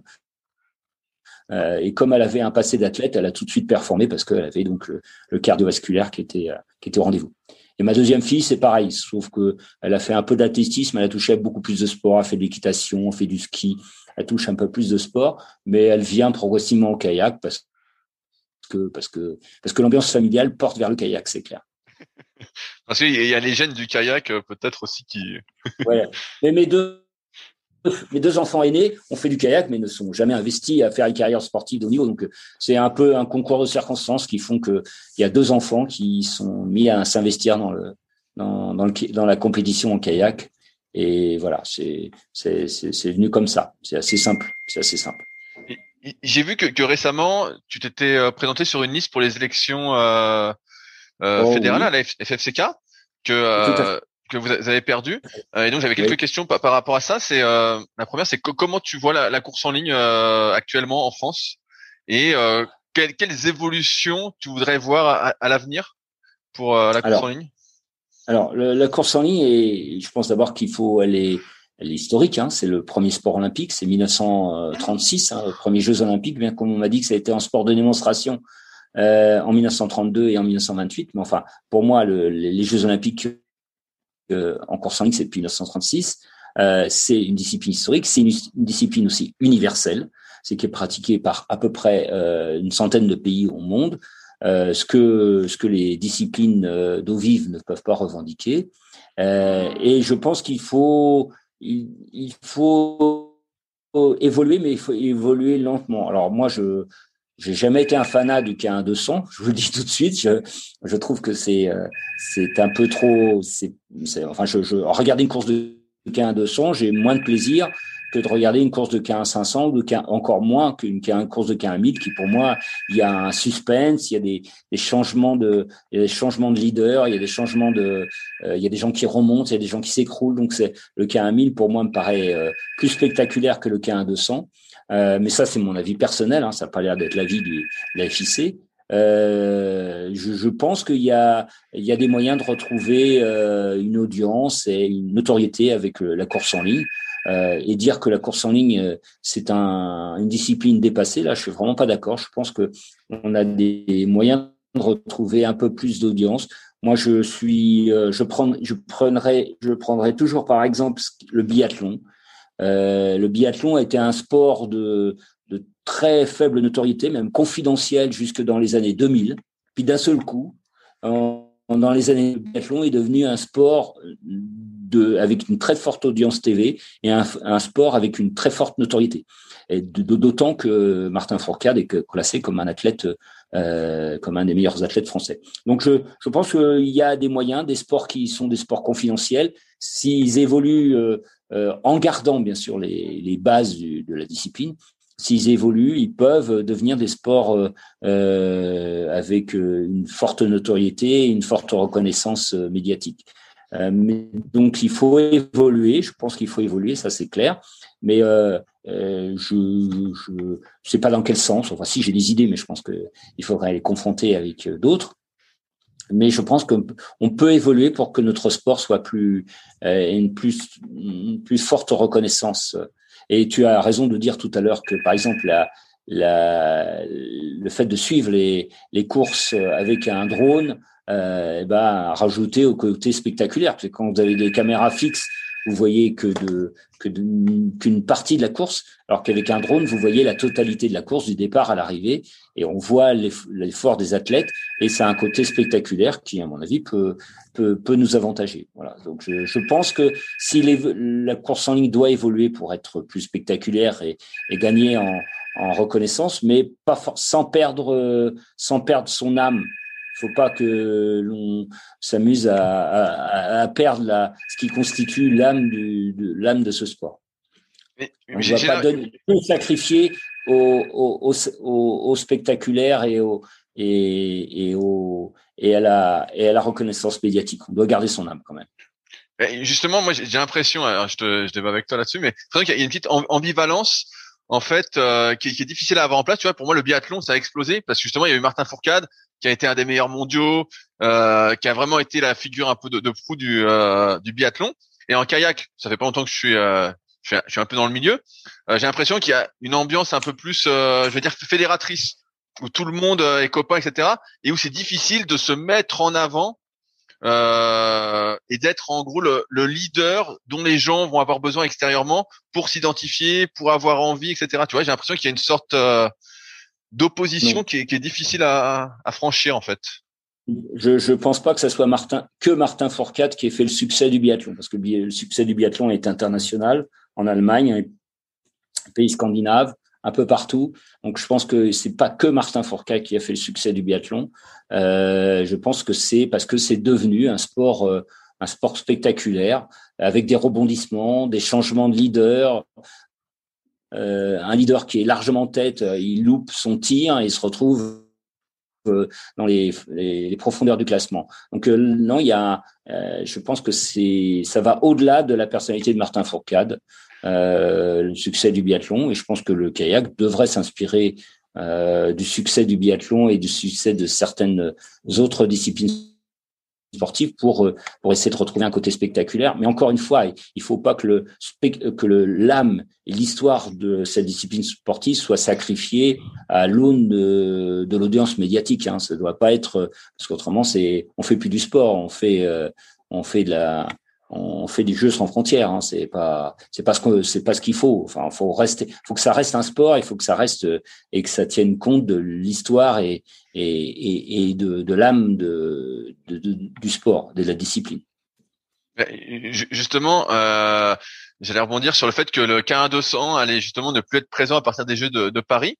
1. Et comme elle avait un passé d'athlète, elle a tout de suite performé parce qu'elle avait donc le cardiovasculaire qui était au rendez-vous. Et ma deuxième fille, c'est pareil, sauf que elle a fait un peu d'athlétisme, elle a touché à beaucoup plus de sport, elle a fait de l'équitation, elle fait du ski, elle touche un peu plus de sport, mais elle vient progressivement au kayak parce que l'ambiance familiale porte vers le kayak, c'est clair. Parce qu'il y a les gènes du kayak peut-être aussi qui. Ouais. Mais mes deux enfants aînés ont fait du kayak, mais ne sont jamais investis à faire une carrière sportive de haut niveau. Donc, c'est un peu un concours de circonstances qui font que il y a 2 enfants qui sont mis à s'investir dans la compétition en kayak. Et voilà, c'est venu comme ça. C'est assez simple. J'ai vu que récemment, tu t'étais présenté sur une liste pour les élections fédérales à la FFCK que vous avez perdu. Et donc, j'avais quelques questions par rapport à ça. La première, c'est comment tu vois la course en ligne actuellement en France, et quelles évolutions tu voudrais voir à l'avenir pour la course en ligne? Alors, la course en ligne, je pense d'abord elle est historique, hein. C'est le premier sport olympique, c'est 1936, le premier Jeux olympiques, bien qu'on m'a dit que ça a été un sport de démonstration en 1932 et en 1928. Mais enfin, pour moi, les Jeux olympiques en course en ligne, c'est depuis 1936. C'est une discipline historique, c'est une discipline aussi universelle, c'est qui est pratiquée par à peu près une centaine de pays au monde. Ce que les disciplines d'eau vive ne peuvent pas revendiquer. Et je pense qu'il faut évoluer, mais il faut évoluer lentement. Alors moi, j'ai jamais été un fanat du K1 200. Je vous le dis tout de suite. Je trouve que c'est un peu trop. Regarder une course de K1 200, j'ai moins de plaisir que de regarder une course de K1 500 ou encore moins qu'une course de K1 1000 qui, pour moi, il y a un suspense, il y a des changements de leader, il y a des changements il y a des gens qui remontent, il y a des gens qui s'écroulent. Donc le K1 1000 pour moi me paraît plus spectaculaire que le K1 200. Mais ça, c'est mon avis personnel, hein, ça n'a pas l'air d'être l'avis de la FIC. Je pense qu'il y a des moyens de retrouver une audience et une notoriété avec la course en ligne. Et dire que la course en ligne c'est une discipline dépassée, là je suis vraiment pas d'accord. Je pense que on a des moyens de retrouver un peu plus d'audience. Moi je prendrais toujours par exemple le biathlon. Le biathlon a été un sport de très faible notoriété, même confidentiel jusque dans les années 2000. Puis d'un seul coup, en pendant les années, le biathlon est devenu un sport avec une très forte audience TV et un sport avec une très forte notoriété. Et d'autant que Martin Fourcade est classé comme un athlète, comme un des meilleurs athlètes français. Donc, je pense qu'il y a des moyens, des sports qui sont des sports confidentiels. S'ils évoluent en gardant, bien sûr, les bases de la discipline, s'ils évoluent, ils peuvent devenir des sports avec une forte notoriété et une forte reconnaissance médiatique. Mais donc, il faut évoluer. Je pense qu'il faut évoluer, ça c'est clair. Mais je sais pas dans quel sens. Enfin, si j'ai des idées, mais je pense que il faudrait les confronter avec d'autres. Mais je pense qu'on peut évoluer pour que notre sport soit une plus forte reconnaissance. Et tu as raison de dire tout à l'heure que, par exemple, le fait de suivre les courses avec un drone, rajouter au côté spectaculaire. Parce que quand vous avez des caméras fixes, vous voyez qu'une partie de la course, alors qu'avec un drone, vous voyez la totalité de la course du départ à l'arrivée, et on voit l'effort des athlètes, et ça a un côté spectaculaire qui, à mon avis, peut nous avantager. Voilà. Donc, je pense que si la course en ligne doit évoluer pour être plus spectaculaire et gagner en reconnaissance, mais pas sans perdre son âme. Il ne faut pas que l'on s'amuse à perdre ce qui constitue l'âme de ce sport. On ne va pas tout sacrifier au spectaculaire et à la reconnaissance médiatique. On doit garder son âme quand même. Justement, moi, j'ai l'impression, alors je débat avec toi là-dessus, mais c'est vrai qu'il y a une petite ambivalence, en fait, qui est difficile à avoir en place. Tu vois, pour moi, le biathlon, ça a explosé parce que justement, il y a eu Martin Fourcade, qui a été un des meilleurs mondiaux, qui a vraiment été la figure un peu de proue du biathlon. Et en kayak, ça fait pas longtemps que je suis un peu dans le milieu. J'ai l'impression qu'il y a une ambiance un peu plus, je vais dire, fédératrice, où tout le monde est copain, etc., et où c'est difficile de se mettre en avant et d'être en gros le leader dont les gens vont avoir besoin extérieurement pour s'identifier, pour avoir envie, etc. Tu vois, j'ai l'impression qu'il y a une sorte d'opposition qui est difficile à franchir en fait. Je pense pas que ça soit Martin Fourcade qui ait fait le succès du biathlon, parce que le succès du biathlon est international en Allemagne, pays scandinaves, un peu partout. Donc je pense que c'est pas que Martin Fourcade qui a fait le succès du biathlon. Je pense que c'est parce que c'est devenu un sport spectaculaire avec des rebondissements, des changements de leader. Un leader qui est largement en tête, il loupe son tir et il se retrouve dans les profondeurs du classement. Donc non, je pense que ça va au-delà de la personnalité de Martin Fourcade, le succès du biathlon, et je pense que le kayak devrait s'inspirer du succès du biathlon et du succès de certaines autres disciplines sportives pour essayer de retrouver un côté spectaculaire. Mais encore une fois, il faut pas que l'âme et l'histoire de cette discipline sportive soient sacrifiées à l'aune de l'audience médiatique. Hein. Ça doit pas être, parce qu'autrement on fait plus du sport, on fait du jeu sans frontières. Hein. C'est pas ce qu'il faut. Enfin, faut que ça reste un sport. Il faut que ça reste et que ça tienne compte de l'histoire et de l'âme du sport, de la discipline. Justement, j'allais rebondir sur le fait que le K1 200 allait justement ne plus être présent à partir des Jeux de Paris.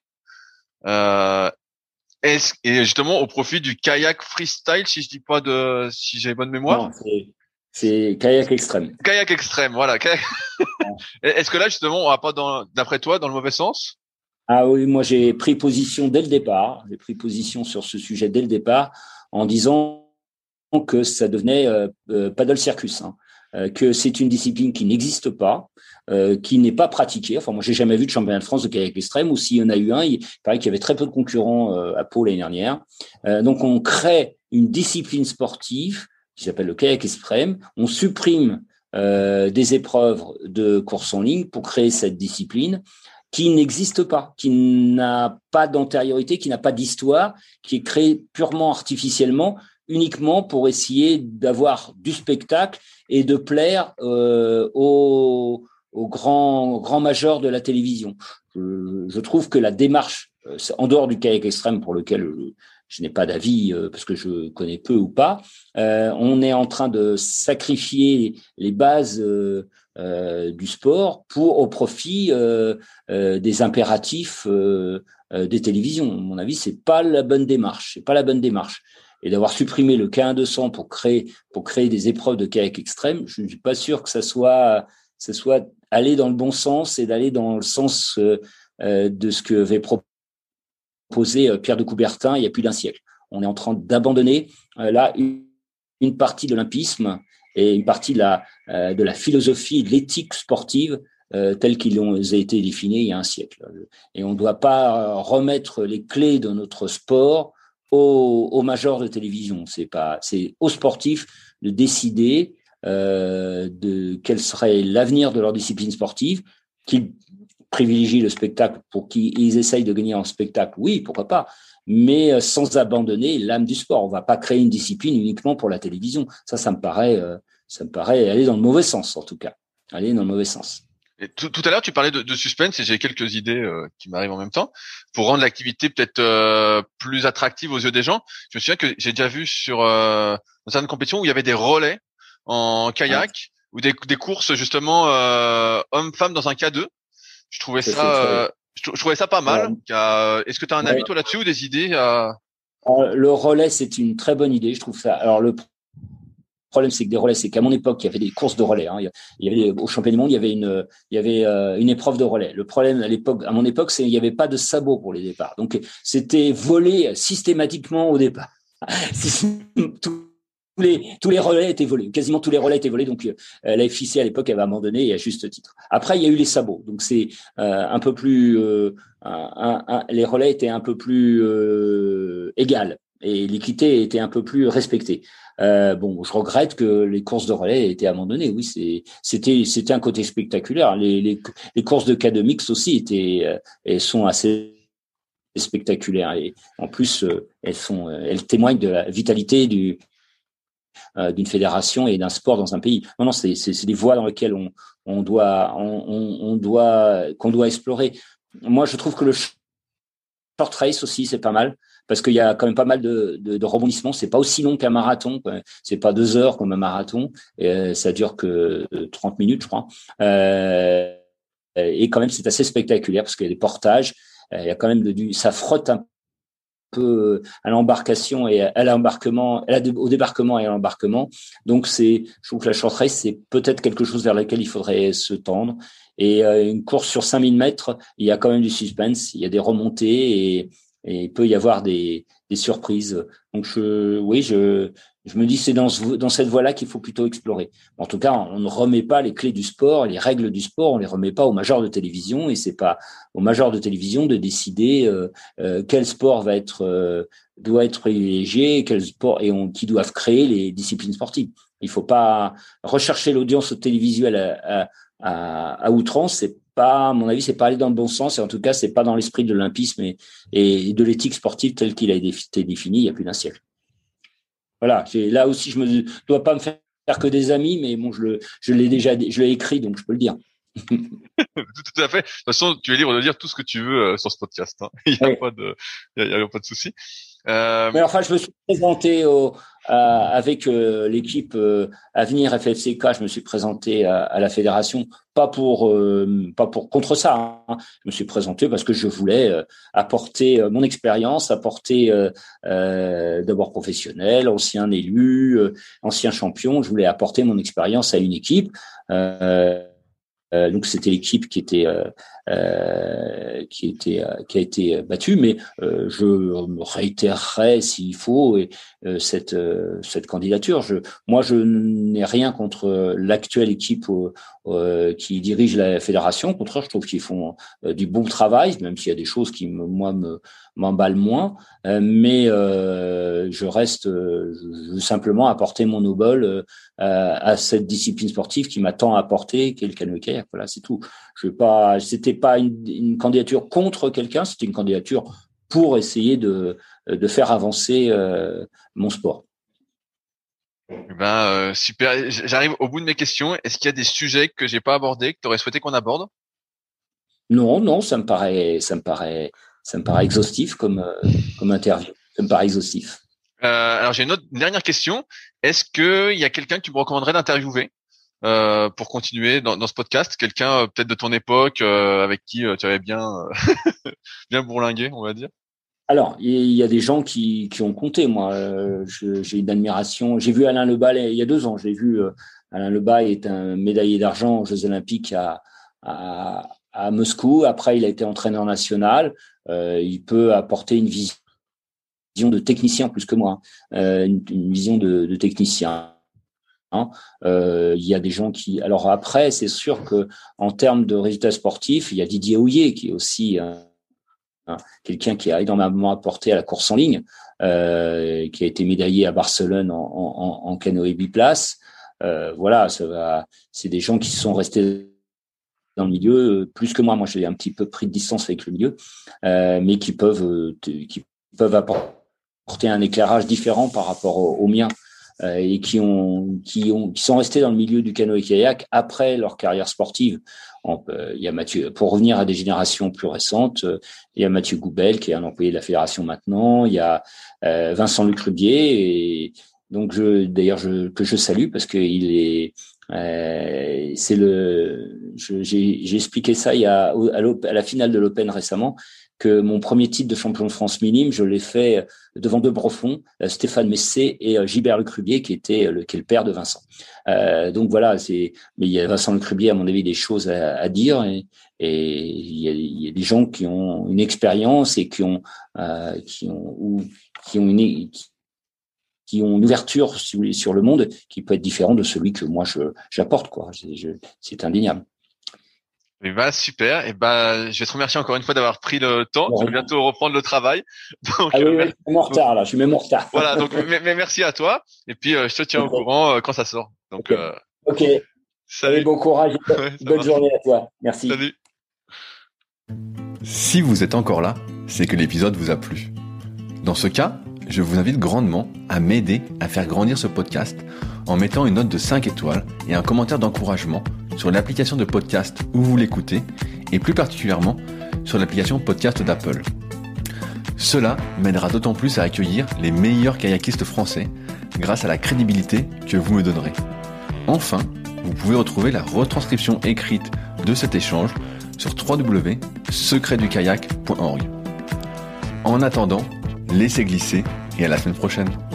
Et justement au profit du kayak freestyle, si j'ai bonne mémoire. Non, c'est kayak extrême. Kayak extrême, voilà. Est-ce que là, justement, on va pas d'après toi, dans le mauvais sens? Ah oui, moi j'ai pris position dès le départ. J'ai pris position sur ce sujet dès le départ en disant que ça devenait paddle circus, hein, que c'est une discipline qui n'existe pas, qui n'est pas pratiquée. Enfin, moi j'ai jamais vu de championnat de France de kayak extrême, ou s'il y en a eu un, il paraît qu'il y avait très peu de concurrents à Pau l'année dernière. Donc on crée une discipline sportive qui s'appelle le kayak extrême. On supprime des épreuves de course en ligne pour créer cette discipline qui n'existe pas, qui n'a pas d'antériorité, qui n'a pas d'histoire, qui est créée purement artificiellement, uniquement pour essayer d'avoir du spectacle et de plaire aux grands majors de la télévision. Je trouve que la démarche, en dehors du kayak extrême pour lequel je n'ai pas d'avis parce que je connais peu ou pas. On est en train de sacrifier les bases du sport au profit des impératifs des télévisions. À mon avis, c'est pas la bonne démarche. C'est pas la bonne démarche. Et d'avoir supprimé le K1 200 pour créer des épreuves de kayak extrême, je ne suis pas sûr que ça soit aller dans le bon sens et d'aller dans le sens de ce que avait proposé Pierre de Coubertin il y a plus d'un siècle. On est en train d'abandonner là une partie de l'olympisme et une partie de la philosophie, de l'éthique sportive telles qu'ils ont été définies il y a un siècle. Et on ne doit pas remettre les clés de notre sport aux majors de télévision. C'est aux sportifs de décider de quel serait l'avenir de leur discipline sportive, qu'ils privilégient le spectacle pour qu'ils essayent de gagner en spectacle, oui, pourquoi pas, mais sans abandonner l'âme du sport. On ne va pas créer une discipline uniquement pour la télévision. Ça me paraît aller dans le mauvais sens, en tout cas. Aller dans le mauvais sens. Et tout à l'heure, tu parlais de suspense et j'ai quelques idées qui m'arrivent en même temps pour rendre l'activité peut-être plus attractive aux yeux des gens. Je me souviens que j'ai déjà vu dans certaines compétitions où il y avait des relais en kayak ou des courses justement hommes-femmes dans un K2. Je trouvais ça pas mal. Est-ce que tu as un avis toi là-dessus ou des idées Le relais, c'est une très bonne idée, je trouve ça. Alors le problème, c'est que des relais, c'est qu'à mon époque, il y avait des courses de relais. Il y avait au championnat du monde, il y avait une épreuve de relais. Le problème à mon époque, c'est qu'il n'y avait pas de sabots pour les départs. Donc c'était volé systématiquement au départ. Tous les relais étaient volés, quasiment tous les relais étaient volés. Donc la FIC à l'époque avait abandonné et à juste titre. Après, il y a eu les sabots. Donc c'est un peu plus les relais étaient un peu plus égales et l'équité était un peu plus respectée. Je regrette que les courses de relais aient été abandonnées. Oui, c'était un côté spectaculaire. Les courses de K2 mixtes aussi sont assez spectaculaires et en plus elles témoigngne de la vitalité d'une fédération et d'un sport dans un pays. Non, c'est des voies dans lesquelles qu'on doit explorer. Moi, je trouve que le short race aussi, c'est pas mal. Parce qu'il y a quand même pas mal de rebondissements. C'est pas aussi long qu'un marathon. C'est pas 2 heures comme un marathon. Ça dure que 30 minutes, je crois. Et quand même, c'est assez spectaculaire parce qu'il y a des portages. Il y a quand même ça frotte un peu à l'embarcation et à l'embarquement, au débarquement et à l'embarquement. Donc je trouve que la short race, c'est peut-être quelque chose vers lequel il faudrait se tendre. Et une course sur 5000 mètres, il y a quand même du suspense. Il y a des remontées et il peut y avoir des surprises. Donc je me dis c'est dans cette voie-là qu'il faut plutôt explorer. En tout cas, on ne remet pas les clés du sport, les règles du sport, on les remet pas aux majors de télévision et c'est pas aux majors de télévision de décider quel sport doit être privilégié, quel sport qui doivent créer les disciplines sportives. Il faut pas rechercher l'audience télévisuelle à outrance. À mon avis, c'est pas aller dans le bon sens et en tout cas, c'est pas dans l'esprit de l'olympisme et de l'éthique sportive tel qu'il a été défini il y a plus d'un siècle. Voilà. Là aussi, je me dois pas me faire que des amis, mais bon, je l'ai écrit, donc je peux le dire. Tout à fait. De toute façon, tu es libre de dire tout ce que tu veux sur ce podcast. Hein. Il y a pas de souci. Mais enfin, je me suis présenté avec l'équipe Avenir FFCK. Je me suis présenté à la fédération, pas pour contre ça. Hein. Je me suis présenté parce que je voulais apporter mon expérience, d'abord professionnel, ancien élu, ancien champion. Je voulais apporter mon expérience à une équipe. Donc c'était l'équipe qui a été battue, mais je me réitérerai s'il faut cette candidature. Moi, je n'ai rien contre l'actuelle équipe qui dirige la fédération. Au contraire, je trouve qu'ils font du bon travail, même s'il y a des choses qui m'emballent moins. Mais je veux simplement apporter mon obol à cette discipline sportive qui m'a tant apporté, qu'est le canoë-kayak. Voilà, c'est tout. C'était pas une candidature contre quelqu'un, c'était une candidature pour essayer de faire avancer mon sport. Super. J'arrive au bout de mes questions. Est-ce qu'il y a des sujets que j'ai pas abordés, que tu aurais souhaité qu'on aborde? Non, ça me paraît exhaustif comme interview. Ça me paraît exhaustif. Alors j'ai une dernière question. Est-ce que il y a quelqu'un que tu me recommanderais d'interviewer pour continuer dans ce podcast, quelqu'un peut-être de ton époque avec qui tu avais bien bien bourlingué, on va dire. Alors, il y a des gens qui ont compté. Moi, j'ai une admiration. J'ai vu Alain Lebas il y a 2 ans. J'ai vu Alain Lebas est un médaillé d'argent aux Jeux Olympiques à Moscou. Après, il a été entraîneur national. Il peut apporter une vision de technicien plus que moi, une vision de technicien. Il y a des gens qui. Alors après, c'est sûr que en termes de résultats sportifs, il y a Didier Houillet qui est aussi quelqu'un qui a énormément apporté à la course en ligne, qui a été médaillé à Barcelone en canoë biplace. Voilà, c'est des gens qui sont restés dans le milieu plus que moi. Moi, j'ai un petit peu pris de distance avec le milieu, mais qui peuvent apporter un éclairage différent par rapport au mien. Et qui sont restés dans le milieu du canoë-kayak après leur carrière sportive. Il y a Mathieu, pour revenir à des générations plus récentes, il y a Mathieu Goubel qui est un employé de la fédération maintenant. Il y a Vincent Lecrubier, et donc que je salue parce que il est j'ai expliqué ça à la finale de l'Open récemment, que mon premier titre de champion de France minime, je l'ai fait devant 2 brefons, Stéphane Messé et Gilbert Lecrubier, qui est le père de Vincent. Donc voilà, mais il y a Vincent Lecrubier, à mon avis, des choses à dire, et il y a des gens qui ont une expérience et qui ont une ouverture sur le monde qui peut être différent de celui que moi j'apporte, quoi. C'est indéniable. Et super. Et je vais te remercier encore une fois d'avoir pris le temps. Je vais bientôt reprendre le travail. Donc, oui, je suis même en retard là. Je suis même en retard. Voilà. Donc, mais merci à toi. Et puis, je te tiens au courant quand ça sort. Donc, ok. Salut. Allez, bon courage. Bonne journée à toi. Merci. Salut. Si vous êtes encore là, c'est que l'épisode vous a plu. Dans ce cas, je vous invite grandement à m'aider à faire grandir ce podcast en mettant une note de 5 étoiles et un commentaire d'encouragement sur l'application de podcast où vous l'écoutez, et plus particulièrement sur l'application podcast d'Apple. Cela m'aidera d'autant plus à accueillir les meilleurs kayakistes français grâce à la crédibilité que vous me donnerez. Enfin, vous pouvez retrouver la retranscription écrite de cet échange sur www.secretdukayak.org. En attendant, laissez glisser et à la semaine prochaine.